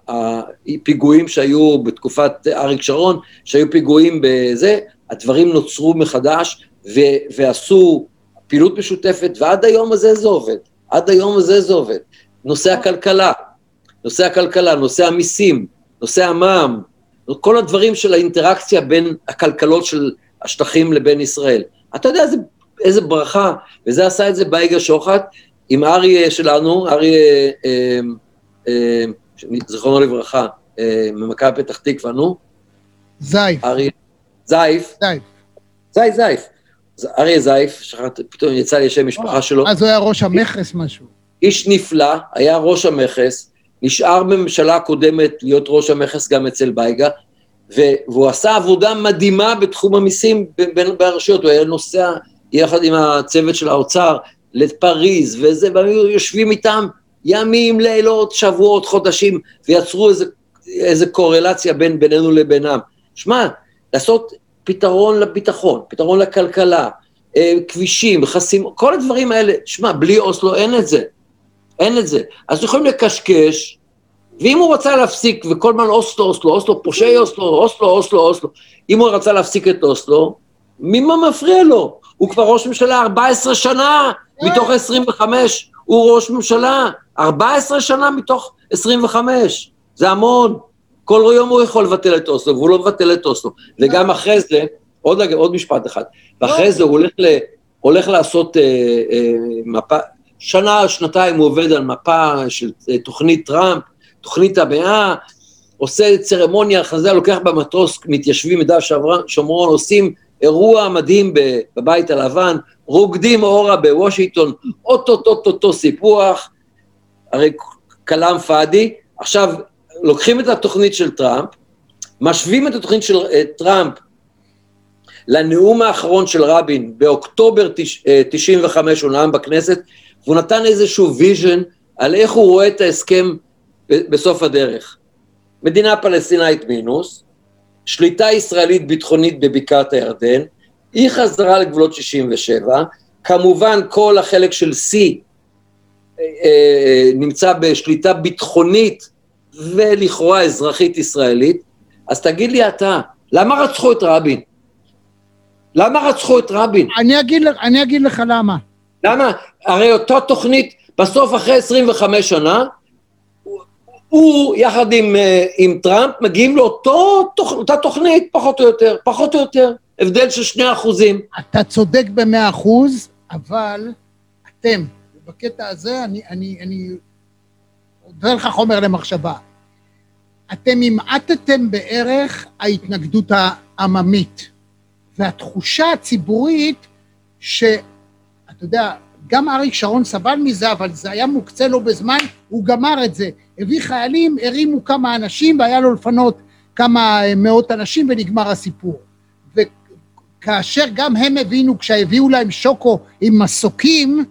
הפיגועים שהיו בתקופת אריק שרון, שהיו פיגועים בזה, הדברים נוצרו מחדש, ו- ועשו פעילות משותפת, ועד היום הזה זה עובד, עד היום הזה זה עובד. נושא הכלכלה, נושא הכלכלה, נושא המיסים, נושא המע"מ, כל הדברים של האינטראקציה בין הכלכלות של השטחים לבין ישראל. אתה יודע איזה, איזה ברכה, וזה עשה את זה בייגה שוחט, עם אריה שלנו, אריה, אה, אה, זכרונו לברכה, אה, ממכבי פתח תקווה, נו? זייף. אריה, זייף. זייף. זייף, זייף. אריה זייף, שחרט, פתאום יצא לי שם משפחה שלו. אז הוא היה ראש המכס משהו. איש נפלא, היה ראש המכס, נשאר בממשלה הקודמת להיות ראש המכס גם אצל בייגה, והוא עשה עבודה מדהימה בתחום המיסים ברשויות, הוא היה נוסע יחד עם הצוות של האוצר לפריז וזה, והיו יושבים איתם ימים, לילות, שבועות, חודשים, ויצרו איזה, איזה קורלציה בין בינינו לבינם. שמע, לעשות פתרון לביטחון, פתרון לכלכלה, כבישים, חסים, כל הדברים האלה, שמע, בלי אוסלו אין את זה, אין את זה. אז יכולים לקשקש, ואם הוא רצה להפסיק, וכל מן אוסלו, אוסלו, אוסלו, פושעי אוסלו, אוסלו, אוסלו, אוסלו, אם הוא רצה להפסיק את אוסלו, ממה מפריע לו? הוא כבר ראש ממשלה ארבע עשרה שנה, מתוך עשרים וחמש, הוא ראש ממשלה, ארבע עשרה שנה מתוך עשרים וחמש, זה המון, כל יום הוא יכול לבטל את אוסלו, והוא לא מבטל את אוסלו, וגם אחרי זה, עוד, עוד משפט אחד, ואחרי זה הוא הולך, ל, הולך לעשות אה, אה, מפה, שנה, שנתיים הוא עובד על מפה של אה, תוכנית טראמפ, תוכנית המאה, עושה צרמוניה, חזה, לוקח במטוס, מתיישבים מדע שומרון, עושים אירוע מדהים בבית הלבן, רוקדים אורה בוושינגטון, אוטוטוטוטו סיפוח, הרי כלם פאדי, עכשיו לוקחים את התוכנית של טראמפ, משווים את התוכנית של טראמפ, לנאום האחרון של רבין, באוקטובר תשעים וחמש, הוא נאם בכנסת, והוא נתן איזשהו ויז'ן, על איך הוא רואה את ההסכם בסוף הדרך. מדינה פלסטינאית מינוס, שליטה ישראלית ביטחונית בבקעת הירדן, אי חזרה לגבולות שישים ושבע, כמובן כל החלק של C אה, נמצא בשליטה ביטחונית ולכאורה אזרחית ישראלית, אז תגיד לי אתה, למה רצחו את רבין? למה רצחו את רבין? אני אגיד, אני אגיד לך למה. למה? הרי אותו תוכנית, בסוף אחרי עשרים וחמש שנה, הוא יחד עם, עם טראמפ מגיעים לאותו, אותה תוכנית, פחות או יותר, פחות או יותר, הבדל של שני אחוזים. אתה צודק במאה אחוז, אבל אתם, בקטע הזה, אני, אני, אני, עובר לך חומר למחשבה. אתם המעטתם בערך ההתנגדות העממית, והתחושה הציבורית שאתה יודע, גם אריק שרון סבל מזה, אבל זה היה מוקצה לו בזמן, הוא גמר את זה. הביא חיילים, הרימו כמה אנשים, והיה לו לפנות כמה מאות אנשים, ונגמר הסיפור. וכאשר גם הם הבינו, כשהביאו להם שוקו עם מסוקים,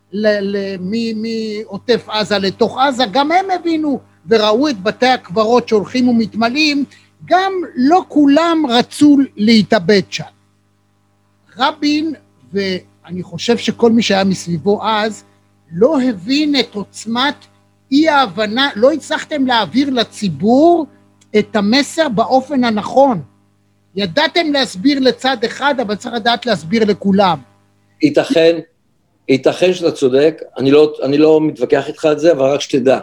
מעוטף עזה לתוך עזה, גם הם הבינו, וראו את בתי הקברות שהולכים ומתמלאים, גם לא כולם רצו להתאבד שם. רבין, ואני חושב שכל מי שהיה מסביבו אז, לא הבין את עוצמת אי ההבנה, לא הצלחתם להעביר לציבור את המסר באופן הנכון. ידעתם להסביר לצד אחד, אבל צריך לדעת להסביר לכולם. ייתכן, ייתכן שאתה צודק, אני לא, אני לא מתווכח איתך על זה, אבל רק שתדע,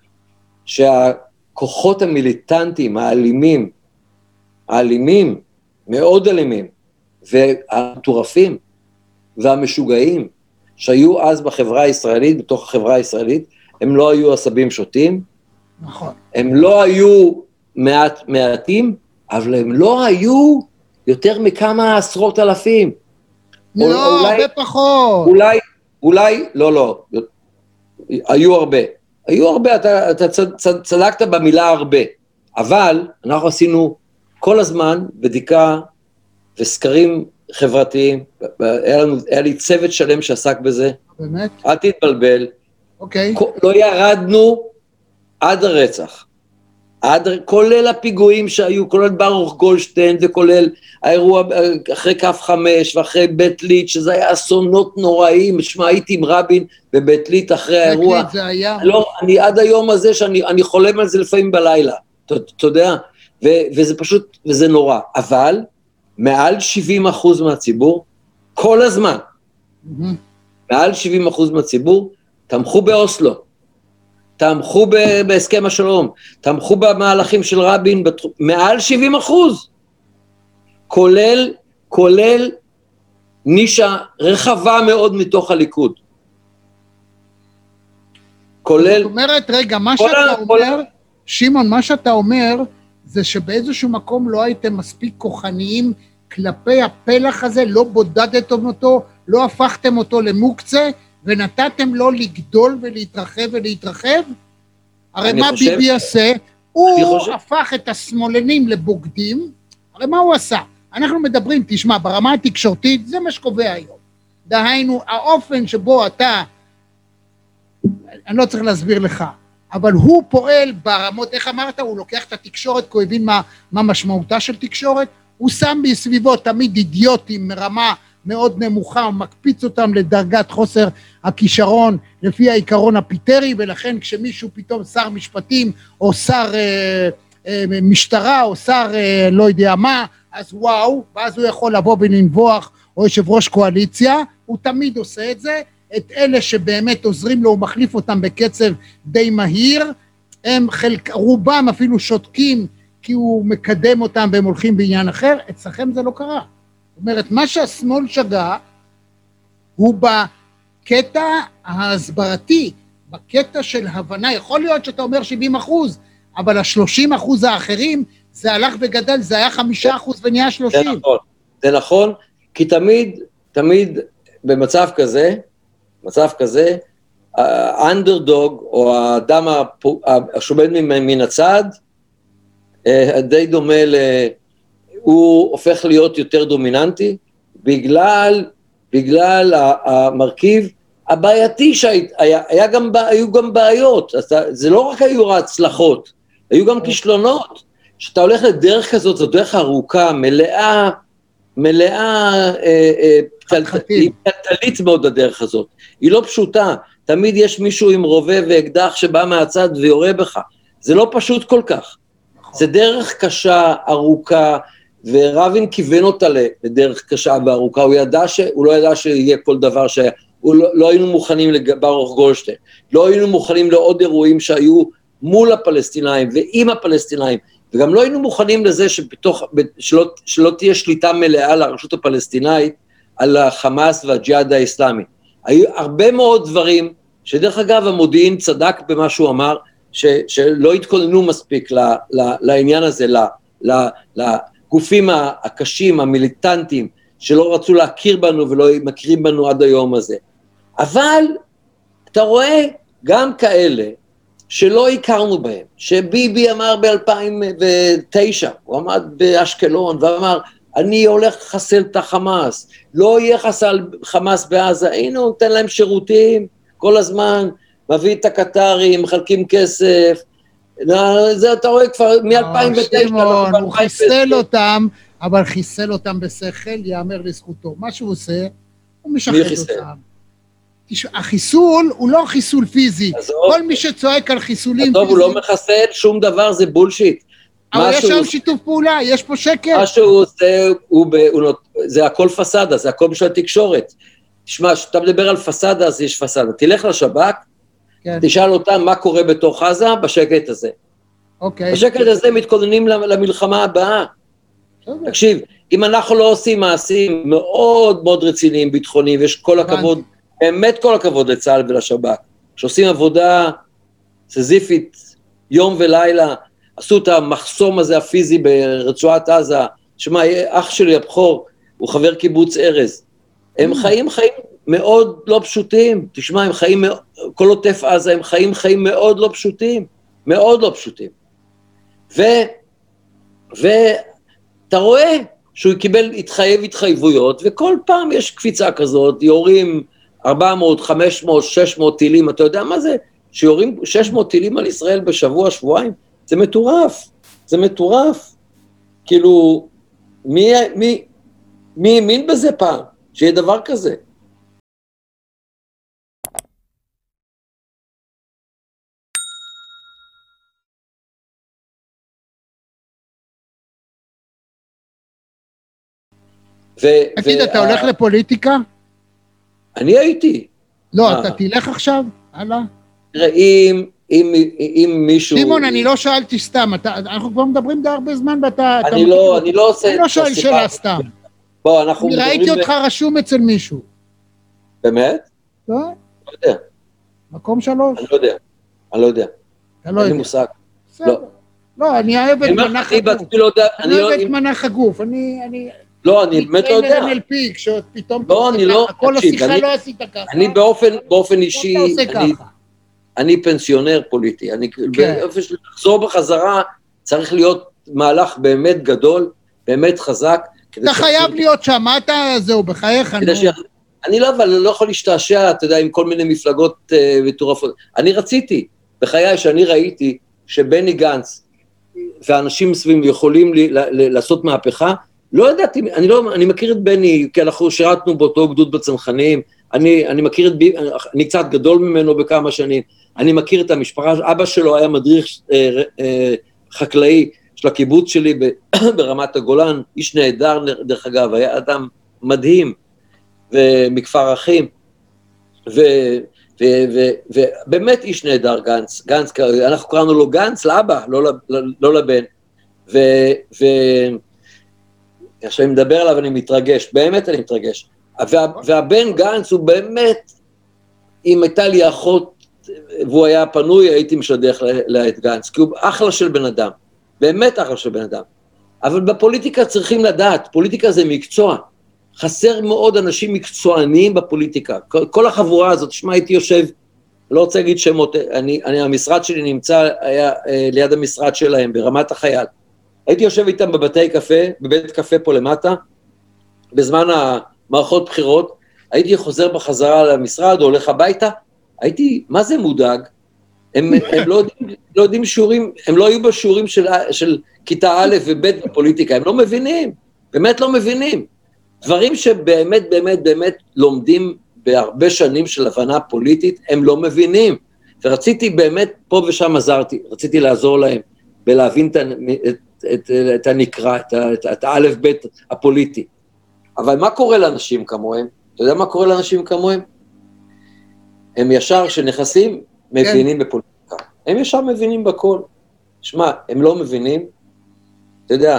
שהכוחות המיליטנטיים, האלימים, האלימים, מאוד אלימים, והמטורפים, והמשוגעים, שהיו אז בחברה הישראלית, בתוך החברה הישראלית, הם לא היו עשבים שוטים, נכון. הם לא היו מעט, מעטים, אבל הם לא היו יותר מכמה עשרות אלפים. לא, אולי, הרבה פחות. אולי, אולי, לא, לא, היו הרבה. היו הרבה, אתה, אתה צד, צדקת במילה הרבה, אבל אנחנו עשינו כל הזמן בדיקה וסקרים חברתיים, היה, לנו, היה לי צוות שלם שעסק בזה. באמת? אל תתבלבל. אוקיי. לא ירדנו עד הרצח. עד, כולל הפיגועים שהיו, כולל ברוך גולדשטיין, וכולל האירוע אחרי כף חמש, ואחרי בית ליט, שזה היה אסונות נוראים, שמה הייתי עם רבין בבית ליט אחרי האירוע. בית ליט זה היה. לא, אני עד היום הזה, שאני אני חולם על זה לפעמים בלילה, אתה, אתה יודע, ו, וזה פשוט, וזה נורא. אבל, מעל שבעים אחוז מהציבור, כל הזמן, mm-hmm. מעל שבעים אחוז מהציבור, תמכו באוסלו, תמכו בהסכם השלום, תמכו במהלכים של רבין, מעל שבעים אחוז, כולל, כולל נישה רחבה מאוד מתוך הליכוד. כולל... זאת אומרת, רגע, מה שאתה אומר, שמעון, מה שאתה אומר, זה שבאיזשהו מקום לא הייתם מספיק כוחניים כלפי הפלח הזה, לא בודדתם אותו, לא הפכתם אותו למוקצה, ונתתם לו לגדול ולהתרחב ולהתרחב? הרי מה חושב, ביבי עשה? הוא חושב... הפך את השמאלנים לבוגדים, הרי מה הוא עשה? אנחנו מדברים, תשמע, ברמה התקשורתית, זה מה שקובע היום. דהיינו, האופן שבו אתה, אני לא צריך להסביר לך, אבל הוא פועל ברמות, איך אמרת, הוא לוקח את התקשורת, כי הוא הבין מה, מה משמעותה של תקשורת, הוא שם בסביבו תמיד אידיוטים מרמה מאוד נמוכה, הוא מקפיץ אותם לדרגת חוסר הכישרון לפי העיקרון הפיטרי, ולכן כשמישהו פתאום שר משפטים, או שר אה, אה, משטרה, או שר אה, לא יודע מה, אז וואו, ואז הוא יכול לבוא ולנבוח, או יושב ראש קואליציה, הוא תמיד עושה את זה, את אלה שבאמת עוזרים לו, הוא מחליף אותם בקצב די מהיר, הם חלק, רובם אפילו שותקים, כי הוא מקדם אותם והם הולכים בעניין אחר, אצלכם זה לא קרה. זאת אומרת, מה שהשמאל שגה, הוא בקטע ההסברתי, בקטע של הבנה, יכול להיות שאתה אומר שבעים אחוז, אבל ה-שלושים אחוז האחרים, זה הלך וגדל, זה היה חמישה אחוז ונהיה שלושים. זה נכון, זה נכון, כי תמיד, תמיד במצב כזה, מצב כזה, האנדרדוג, או האדם השומד מן הצד, די דומה ל... הוא הופך להיות יותר דומיננטי, בגלל, בגלל המרכיב הבעייתי שהיה, היה גם, היו גם בעיות, זה לא רק היו הצלחות, היו גם כישלונות, שאתה הולך לדרך כזאת, זו דרך ארוכה, מלאה, מלאה, היא קטלית מאוד הדרך הזאת, היא לא פשוטה, תמיד יש מישהו עם רובה ואקדח שבא מהצד ויורה בך, זה לא פשוט כל כך, זה דרך קשה, ארוכה, ורבין כיוון אותה לדרך קשה וארוכה, הוא ידע ש... הוא לא ידע שיהיה כל דבר שהיה, לא, לא היינו מוכנים לברוך גולדשטיין, לא היינו מוכנים לעוד אירועים שהיו מול הפלסטינאים ועם הפלסטינאים, וגם לא היינו מוכנים לזה שבתוך, שלא, שלא תהיה שליטה מלאה לרשות הפלסטינאית על החמאס והג'יהאד האסלאמי. היו הרבה מאוד דברים, שדרך אגב המודיעין צדק במה שהוא אמר, ש, שלא התכוננו מספיק ל, ל, לעניין הזה, ל, ל, לגופים הקשים, המיליטנטיים, שלא רצו להכיר בנו ולא מכירים בנו עד היום הזה. אבל אתה רואה גם כאלה שלא הכרנו בהם, שביבי אמר ב-אלפיים ותשע, הוא עמד באשקלון ואמר, אני הולך לחסל את החמאס, לא יהיה חסל חמאס בעזה, הנה הוא נותן להם שירותים כל הזמן, מביא את הקטרים, מחלקים כסף, זה אתה רואה כבר מ-אלפיים ותשע. שמעון, הוא חיסל אותם, אבל חיסל אותם בשכל, יאמר לזכותו. מה שהוא עושה, הוא משחד אותם. החיסול הוא לא חיסול פיזי, כל מי שצועק על חיסולים פיזיים. טוב, הוא לא מחסל שום דבר, זה בולשיט. אבל יש שם שיתוף פעולה, יש פה שקר. מה שהוא עושה, זה הכל פסדה, זה הכל בשביל התקשורת. תשמע, כשאתה מדבר על פסדה, אז יש פסדה. תלך לשב"כ, תשאל אותם מה קורה בתוך עזה בשקט הזה. אוקיי. בשקט הזה מתכוננים למלחמה הבאה. תקשיב, אם אנחנו לא עושים מעשים מאוד מאוד רציניים, ביטחוניים, ויש כל הכבוד, באמת כל הכבוד לצה"ל ולשב"כ, שעושים עבודה סזיפית, יום ולילה, עשו את המחסום הזה הפיזי ברצועת עזה, שמה, אח שלי הבכור, הוא חבר קיבוץ ארז, הם חיים חיים מאוד לא פשוטים, תשמע, הם חיים, כל עוטף עזה, הם חיים חיים מאוד לא פשוטים, מאוד לא פשוטים. ו, ואתה רואה שהוא קיבל, התחייב התחייבויות, וכל פעם יש קפיצה כזאת, יורים ארבע מאות, חמש מאות, שש מאות טילים, אתה יודע מה זה? שיורים שש מאות טילים על ישראל בשבוע, שבועיים? זה מטורף, זה מטורף. כאילו, מי, מי, מי האמין בזה פעם? שיהיה דבר כזה. תגיד, אתה הולך לפוליטיקה? אני הייתי. לא, אתה תלך עכשיו? הלאה. תראה, אם מישהו... שמעון, אני לא שאלתי סתם, אנחנו כבר מדברים די הרבה זמן ואתה... אני לא, אני לא עושה... אני לא שואל שאלה סתם. בוא, אנחנו... אני ראיתי אותך רשום אצל מישהו. באמת? לא? לא יודע. מקום שלוש? אני לא יודע. אני לא יודע. אתה לא יודע. אין לי מושג. לא. לא, אני אוהב את מנח הגוף. אני אוהב את מנח הגוף. אני... לא, אני באמת לא יודע. אני אן אל פי, כשפתאום... לא, אני לא... כל השיחה לא עשית ככה. אני באופן אישי... אתה עושה ככה. אני פנסיונר פוליטי. אני... באופן של לחזור בחזרה, צריך להיות מהלך באמת גדול, באמת חזק. אתה חייב להיות שם, מה אתה... זהו, בחייך. אני לא, אבל לא יכול להשתעשע, אתה יודע, עם כל מיני מפלגות מטורפות. אני רציתי, בחיי שאני ראיתי, שבני גנץ והאנשים סביבים יכולים לעשות מהפכה, לא ידעתי, אני לא, אני מכיר את בני, כי אנחנו שירתנו באותו גדוד בצנחנים, אני, אני מכיר את, אני קצת גדול ממנו בכמה שנים, אני מכיר את המשפחה, אבא שלו היה מדריך אה, אה, חקלאי של הקיבוץ שלי ברמת הגולן, איש נהדר דרך אגב, היה אדם מדהים, ומכפר אחים, ו, ו, ו, ובאמת איש נהדר גנץ, גנץ, אנחנו קראנו לו גנץ לאבא, לא, לא, לא לבן, ו, ו עכשיו אני מדבר עליו, אני מתרגש, באמת אני מתרגש. וה, והבן גנץ הוא באמת, אם הייתה לי אחות, והוא היה פנוי, הייתי משדך לה את גנץ, כי הוא אחלה של בן אדם, באמת אחלה של בן אדם. אבל בפוליטיקה צריכים לדעת, פוליטיקה זה מקצוע, חסר מאוד אנשים מקצועניים בפוליטיקה, כל, כל החבורה הזאת, שמה הייתי יושב, לא רוצה להגיד שמות, אני, אני, המשרד שלי נמצא, היה אה, ליד המשרד שלהם, ברמת החייל, הייתי יושב איתם בבתי קפה, בבית קפה פה למטה, בזמן המערכות בחירות, הייתי חוזר בחזרה למשרד, או הולך הביתה, הייתי, מה זה מודאג? הם, הם לא, יודעים, לא יודעים שיעורים, הם לא היו בשיעורים של, של כיתה א' וב' בפוליטיקה, הם לא מבינים, באמת לא מבינים. דברים שבאמת, באמת, באמת לומדים בהרבה שנים של הבנה פוליטית, הם לא מבינים. ורציתי באמת, פה ושם עזרתי, רציתי לעזור להם, בלהבין את, את, את, את הנקרא, את, את, את האלף בית הפוליטי. אבל מה קורה לאנשים כמוהם? אתה יודע מה קורה לאנשים כמוהם? הם ישר שנכנסים, מבינים כן. בפוליטיקה. הם ישר מבינים בכל. שמע, הם לא מבינים, אתה יודע,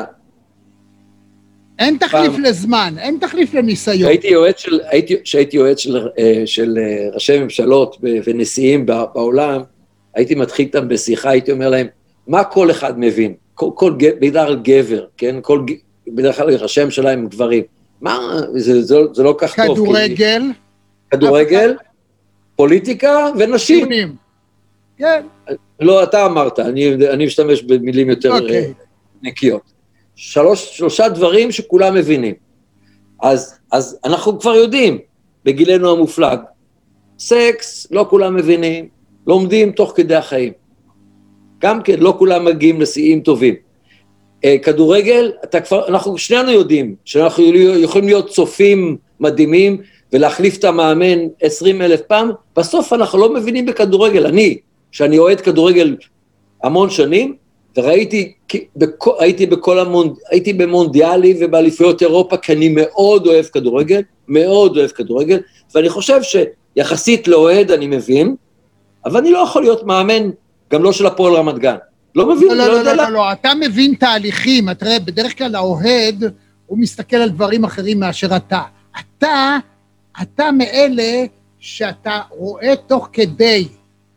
אין תחליף פעם, לזמן, אין תחליף לניסיון. הייתי יועץ של, הייתי, שהייתי יועץ של, של ראשי ממשלות ונשיאים בעולם, הייתי מתחיל איתם בשיחה, הייתי אומר להם, מה כל אחד מבין? כל, כל בדרך כלל גבר, כן? כל, בדרך כלל ראשי ממשלה הם גברים. מה, זה, זה, זה לא כך טוב. כדורגל. כדורגל, פוליטיקה ונשים. כן. לא, אתה אמרת, אני, אני משתמש במילים יותר okay. נקיות. שלוש, שלושה דברים שכולם מבינים. אז, אז אנחנו כבר יודעים, בגילנו המופלג, סקס, לא כולם מבינים, לומדים תוך כדי החיים. גם כן, לא כולם מגיעים לשיאים טובים. כדורגל, אתה כבר, אנחנו שנינו יודעים, שאנחנו יכולים להיות צופים מדהימים, ולהחליף את המאמן עשרים אלף פעם, בסוף אנחנו לא מבינים בכדורגל. אני, שאני אוהד כדורגל המון שנים, וראיתי, הייתי בכל המונד, הייתי במונדיאלי ובאליפויות אירופה, כי אני מאוד אוהב כדורגל, מאוד אוהב כדורגל, ואני חושב שיחסית לאוהד אני מבין, אבל אני לא יכול להיות מאמן, גם לא של הפועל רמת גן. לא מבין, לא, לא, לא, לא, לא, לא, אתה מבין תהליכים, אתה רואה, בדרך כלל האוהד, הוא מסתכל על דברים אחרים מאשר אתה. אתה, אתה מאלה שאתה רואה תוך כדי,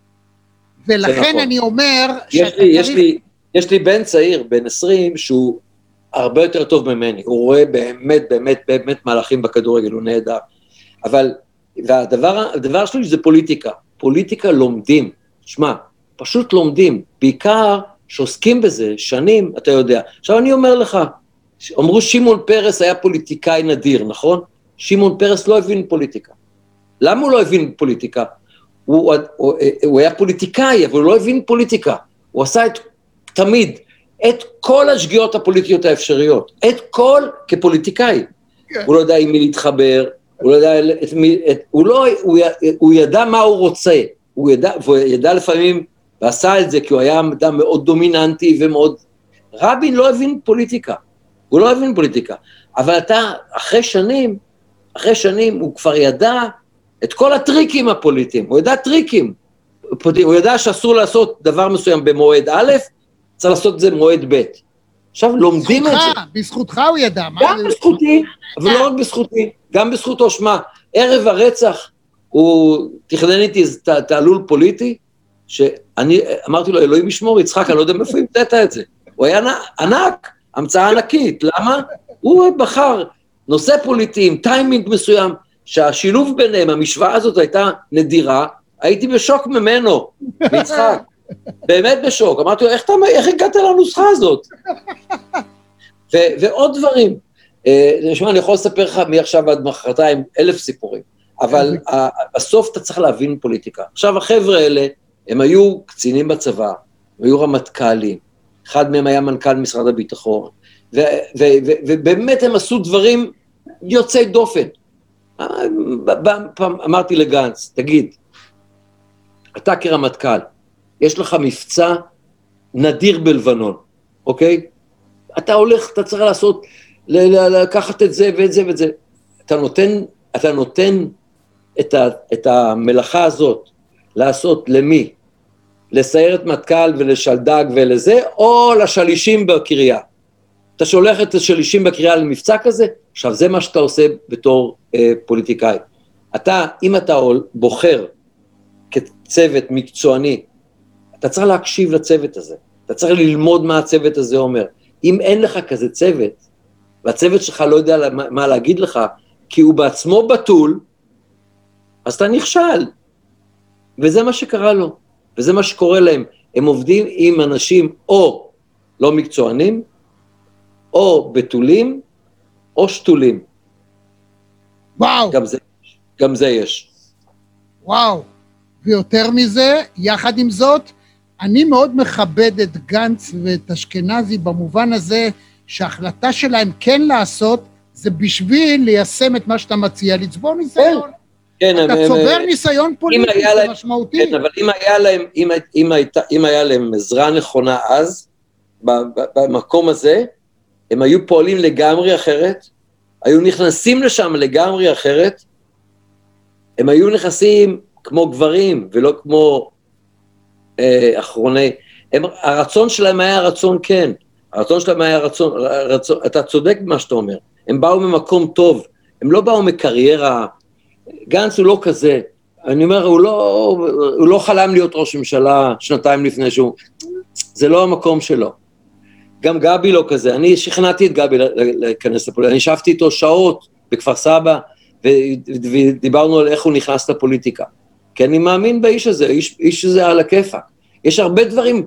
ולכן נכון. אני אומר, יש לי, יש לי, יש לי בן צעיר, בן עשרים, שהוא הרבה יותר טוב ממני, הוא רואה באמת, באמת, באמת מהלכים בכדורגל, הוא נהדר, אבל, והדבר, הדבר שלי זה פוליטיקה, פוליטיקה לומדים, שמע, פשוט לומדים, בעיקר שעוסקים בזה, שנים, אתה יודע, עכשיו אני אומר לך, אמרו שמעון פרס היה פוליטיקאי נדיר, נכון? שמעון פרס לא הבין פוליטיקה, למה הוא לא הבין פוליטיקה? הוא, הוא, הוא היה פוליטיקאי, אבל הוא לא הבין פוליטיקה, הוא עשה את תמיד, את כל השגיאות הפוליטיות האפשריות, את כל, כפוליטיקאי, כן. הוא לא יודע עם מי להתחבר, הוא לא ידע, את מי, את, הוא, לא, הוא, הוא ידע מה הוא רוצה, הוא ידע, והוא ידע לפעמים, ועשה את זה, כי הוא היה אדם מאוד דומיננטי ומאוד, רבין לא הבין פוליטיקה, הוא לא הבין פוליטיקה, אבל אתה, אחרי שנים, אחרי שנים, הוא כבר ידע את כל הטריקים הפוליטיים, הוא ידע טריקים, הוא ידע שאסור לעשות דבר מסוים במועד א', צריך לעשות את זה במועד ב'. עכשיו לומדים את זה. בזכותך הוא ידע. גם בזכותי, אבל לא רק בזכותי, גם בזכותו. שמה, ערב הרצח, הוא תכנן איתי תעלול פוליטי, שאני אמרתי לו, אלוהים ישמור, יצחק, אני לא יודע מאיפה המצאת את זה. הוא היה ענק, המצאה ענקית. למה? הוא בחר נושא פוליטי עם טיימינג מסוים, שהשילוב ביניהם, המשוואה הזאת הייתה נדירה, הייתי בשוק ממנו, מיצחק. באמת בשוק, אמרתי לו, איך, אתה, איך הגעת לנוסחה הזאת? ו- ועוד דברים, נשמע, אני יכול לספר לך מעכשיו עד מחרתיים אלף סיפורים, אבל בסוף אתה צריך להבין פוליטיקה. עכשיו החבר'ה האלה, הם היו קצינים בצבא, הם היו רמטכ"לים, אחד מהם היה מנכ"ל משרד הביטחון, ו- ו- ו- ובאמת הם עשו דברים יוצאי דופן. פעם אמרתי לגנץ, תגיד, אתה כרמטכ"ל, יש לך מבצע נדיר בלבנון, אוקיי? אתה הולך, אתה צריך לעשות, לקחת את זה ואת זה ואת זה. אתה נותן, אתה נותן את, ה, את המלאכה הזאת לעשות למי? לסיירת מטכ"ל ולשלדג ולזה, או לשלישים בקריה. אתה שולח את השלישים בקריה למבצע כזה, עכשיו זה מה שאתה עושה בתור אה, פוליטיקאי. אתה, אם אתה בוחר כצוות מקצועני, אתה צריך להקשיב לצוות הזה, אתה צריך ללמוד מה הצוות הזה אומר. אם אין לך כזה צוות, והצוות שלך לא יודע מה להגיד לך, כי הוא בעצמו בטול, אז אתה נכשל. וזה מה שקרה לו, וזה מה שקורה להם. הם עובדים עם אנשים או לא מקצוענים, או בטולים, או שטולים. וואו. גם זה, גם זה יש. וואו. ויותר מזה, יחד עם זאת, אני מאוד מכבד את גנץ ואת אשכנזי במובן הזה שההחלטה שלהם כן לעשות, זה בשביל ליישם את מה שאתה מציע, לצבור ניסיון. כן, אתה הם, צובר הם, ניסיון פוליטי, זה להם, משמעותי. כן, אבל אם היה להם, אם, אם, הייתה, אם היה להם עזרה נכונה אז, במקום הזה, הם היו פועלים לגמרי אחרת, היו נכנסים לשם לגמרי אחרת, הם היו נכנסים כמו גברים, ולא כמו אה, אחרוני, הם, הרצון שלהם היה רצון כן, הרצון שלהם היה רצון, רצון, אתה צודק במה שאתה אומר, הם באו ממקום טוב, הם לא באו מקריירה, גנץ הוא לא כזה, אני אומר, הוא לא, הוא לא חלם להיות ראש ממשלה שנתיים לפני שהוא, זה לא המקום שלו. גם גבי לא כזה, אני שכנעתי את גבי להיכנס לפוליטיקה, אני ישבתי איתו שעות בכפר סבא, ודיברנו על איך הוא נכנס לפוליטיקה, כי אני מאמין באיש הזה, איש, איש הזה על הכיפה, יש הרבה דברים,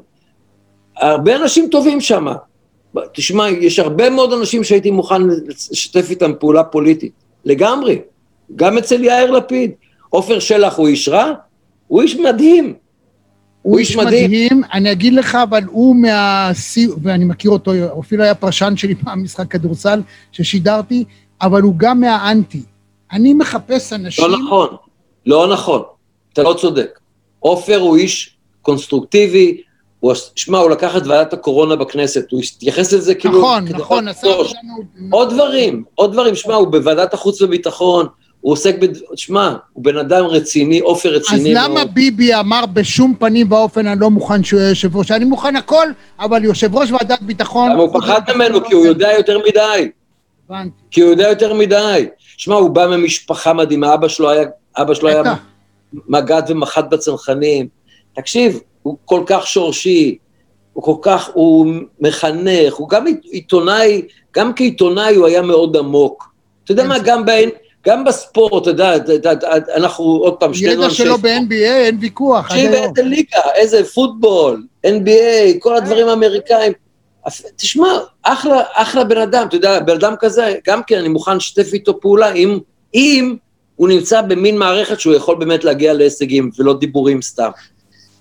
הרבה אנשים טובים שם, תשמע, יש הרבה מאוד אנשים שהייתי מוכן לשתף איתם פעולה פוליטית, לגמרי, גם אצל יאיר לפיד, עופר שלח הוא איש רע, הוא איש מדהים, הוא איש מדהים. מדהים, אני אגיד לך, אבל הוא מהסי... ואני מכיר אותו, אפילו היה פרשן שלי פעם משחק כדורסל ששידרתי, אבל הוא גם מהאנטי. אני מחפש אנשים... לא נכון, לא נכון, אתה לא צודק. עופר הוא איש קונסטרוקטיבי, הוא, שמה, הוא לקח את ועדת הקורונה בכנסת, הוא התייחס לזה כאילו... נכון, נכון, עשה לנו... עוד דברים, עוד דברים, שמה, הוא בוועדת החוץ וביטחון, הוא עוסק, בד... שמה, הוא בן אדם רציני, עופר רציני. אז למה ביבי אמר בשום פנים ואופן, אני לא מוכן שהוא יהיה יושב ראש, אני מוכן הכל, אבל יושב ראש ועדת ביטחון... למה הוא פחד ממנו, כי הוא יודע יותר מדי. הבנתי. כי הוא יודע יותר מדי. שמה, הוא בא ממשפחה מדהימה, אבא שלו היה, אבא שלו היה מגד ומחד בצנחנים. תקשיב, הוא כל כך שורשי, הוא כל כך, הוא מחנך, הוא גם עיתונאי, גם כעיתונאי הוא היה מאוד עמוק. אתה יודע מה, גם בין... גם בספורט, אתה יודע, אנחנו עוד פעם שנינו... ידע שלו ב-אן בי איי, אין ויכוח. תקשיב, איזה ליגה, איזה פוטבול, אן בי איי, כל הדברים האמריקאים. תשמע, אחלה, אחלה בן אדם, אתה יודע, בן אדם כזה, גם כן אני מוכן לשתף איתו פעולה, אם, אם הוא נמצא במין מערכת שהוא יכול באמת להגיע להישגים, ולא דיבורים סתם.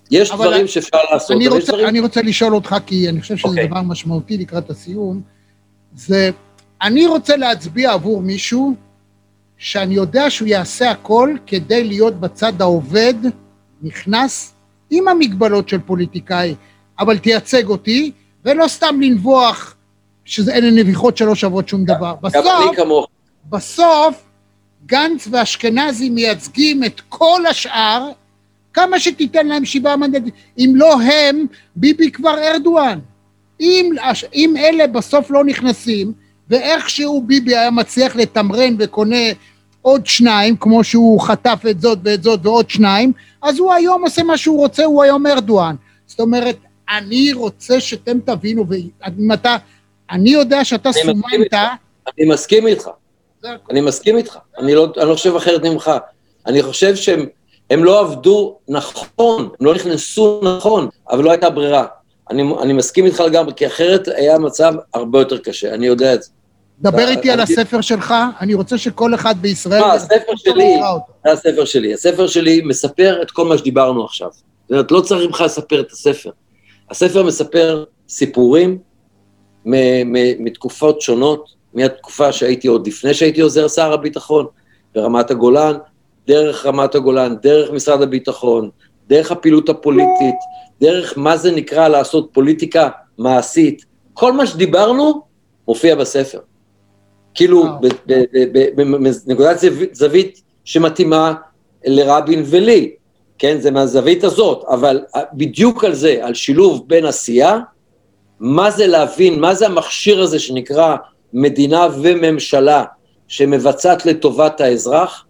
יש דברים שאפשר לעשות. אני רוצה, דברים... אני רוצה לשאול אותך, כי אני חושב שזה okay. דבר משמעותי לקראת הסיום, זה, אני רוצה להצביע עבור מישהו, שאני יודע שהוא יעשה הכל כדי להיות בצד העובד, נכנס עם המגבלות של פוליטיקאי, אבל תייצג אותי, ולא סתם לנבוח שזה אין נביחות שלא שוות שום דבר. בסוף, בסוף, גנץ ואשכנזי מייצגים את כל השאר, כמה שתיתן להם שבעה מנדטים, אם לא הם, ביבי כבר ארדואן. אם, אם אלה בסוף לא נכנסים, ואיכשהו ביבי היה מצליח לתמרן וקונה עוד שניים, כמו שהוא חטף את זאת ואת זאת ועוד שניים, אז הוא היום עושה מה שהוא רוצה, הוא היום ארדואן. זאת אומרת, אני רוצה שאתם תבינו, ואם אתה, אני יודע שאתה סומנת... אני מסכים איתך, אני מסכים איתך, אני לא, אני לא חושב אחרת ממך, אני חושב שהם הם לא עבדו נכון, הם לא נכנסו נכון, אבל לא הייתה ברירה. אני, אני מסכים איתך לגמרי, כי אחרת היה מצב הרבה יותר קשה, אני יודע את זה. דבר איתי על הספר שלך, אני רוצה שכל אחד בישראל... מה, הספר שלי, זה הספר שלי, הספר שלי מספר את כל מה שדיברנו עכשיו. זאת אומרת, לא צריך ממך לספר את הספר. הספר מספר סיפורים מתקופות שונות, מהתקופה שהייתי עוד לפני שהייתי עוזר שר הביטחון, ברמת הגולן, דרך רמת הגולן, דרך משרד הביטחון, דרך הפעילות הפוליטית, דרך מה זה נקרא לעשות פוליטיקה מעשית. כל מה שדיברנו מופיע בספר. כאילו, בנקודת זווית שמתאימה לרבין ולי, כן, זה מהזווית הזאת, אבל בדיוק על זה, על שילוב בין עשייה, מה זה להבין, מה זה המכשיר הזה שנקרא מדינה וממשלה, שמבצעת לטובת האזרח,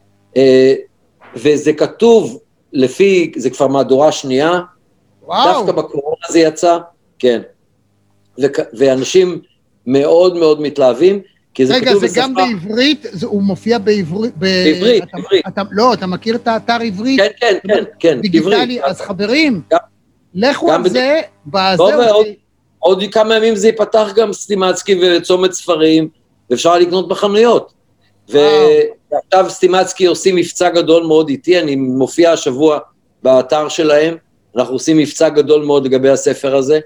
וזה כתוב לפי, זה כבר מהדורה שנייה, וואו. דווקא בקורונה זה יצא, כן, ואנשים מאוד מאוד מתלהבים, כי זה רגע, כתוב זה בשפה... גם בעברית, זה, הוא מופיע בעברית... בעברית, אתה, בעברית. אתה, לא, אתה מכיר את האתר עברית? כן, כן, כן, כן, דיגיטלי, עברית. אז חברים, גם, לכו גם על זה, בזה... לא, ועוד, עוד כמה ימים זה ייפתח גם סטימצקי וצומת ספרים, ואפשר לקנות בחנויות. ועכשיו סטימצקי עושים מבצע גדול מאוד איתי, אני מופיע השבוע באתר שלהם, אנחנו עושים מבצע גדול מאוד לגבי הספר הזה,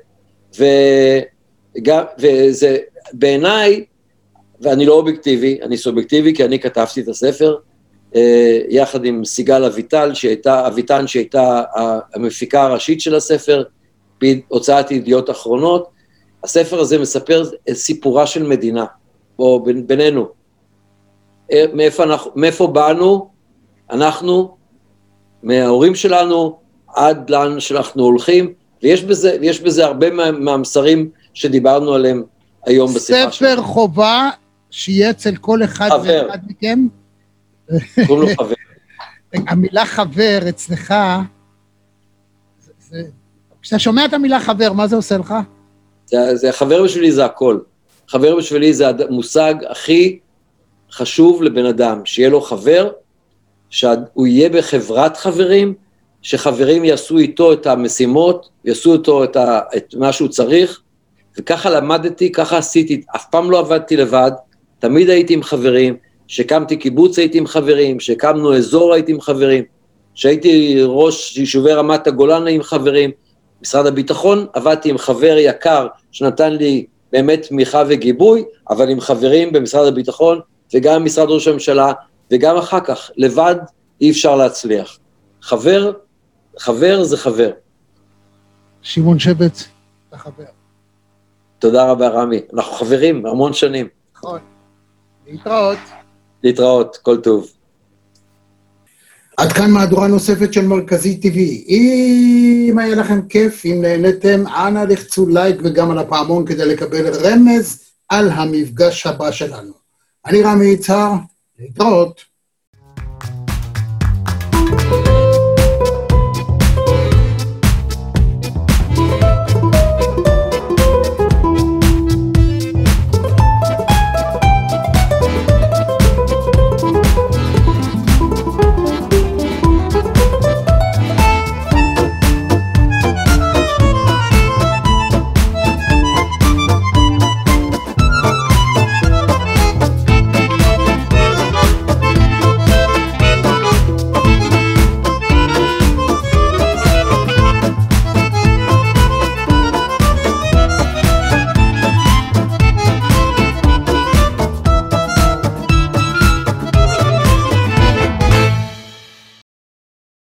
וגם, וזה בעיניי, ואני לא אובייקטיבי, אני סובייקטיבי, כי אני כתבתי את הספר, יחד עם סיגל אביטל, שהייתה, אביטן שהייתה המפיקה הראשית של הספר, בהוצאת ידיעות אחרונות. הספר הזה מספר סיפורה של מדינה, או בינינו, מאיפה, אנחנו, מאיפה באנו, אנחנו, מההורים שלנו, עד לאן שאנחנו הולכים, ויש בזה, ויש בזה הרבה מה, מהמסרים שדיברנו עליהם היום בשיחה שלנו. ספר חובה שיהיה אצל כל אחד חבר. ואחד מכם. קוראים לו חבר. המילה חבר אצלך, זה, זה, כשאתה שומע את המילה חבר, מה זה עושה לך? זה, זה, חבר בשבילי זה הכל. חבר בשבילי זה המושג הכי חשוב לבן אדם, שיהיה לו חבר, שהוא יהיה בחברת חברים, שחברים יעשו איתו את המשימות, יעשו איתו את, ה, את מה שהוא צריך, וככה למדתי, ככה עשיתי, אף פעם לא עבדתי לבד, תמיד הייתי עם חברים, שקמתי קיבוץ הייתי עם חברים, שקמנו אזור הייתי עם חברים, שהייתי ראש יישובי רמת הגולן עם חברים, משרד הביטחון עבדתי עם חבר יקר, שנתן לי באמת תמיכה וגיבוי, אבל עם חברים במשרד הביטחון, וגם משרד ראש הממשלה, וגם אחר כך, לבד אי אפשר להצליח. חבר, חבר זה חבר. שמעון שבץ, אתה חבר. תודה רבה רמי, אנחנו חברים המון שנים. נכון, להתראות. להתראות, כל טוב. עד כאן מהדורה נוספת של מרכזי טבעי. אם היה לכם כיף, אם נהנתם, אנא לחצו לייק וגם על הפעמון כדי לקבל רמז על המפגש הבא שלנו. אני רמי יצהר, להתראות.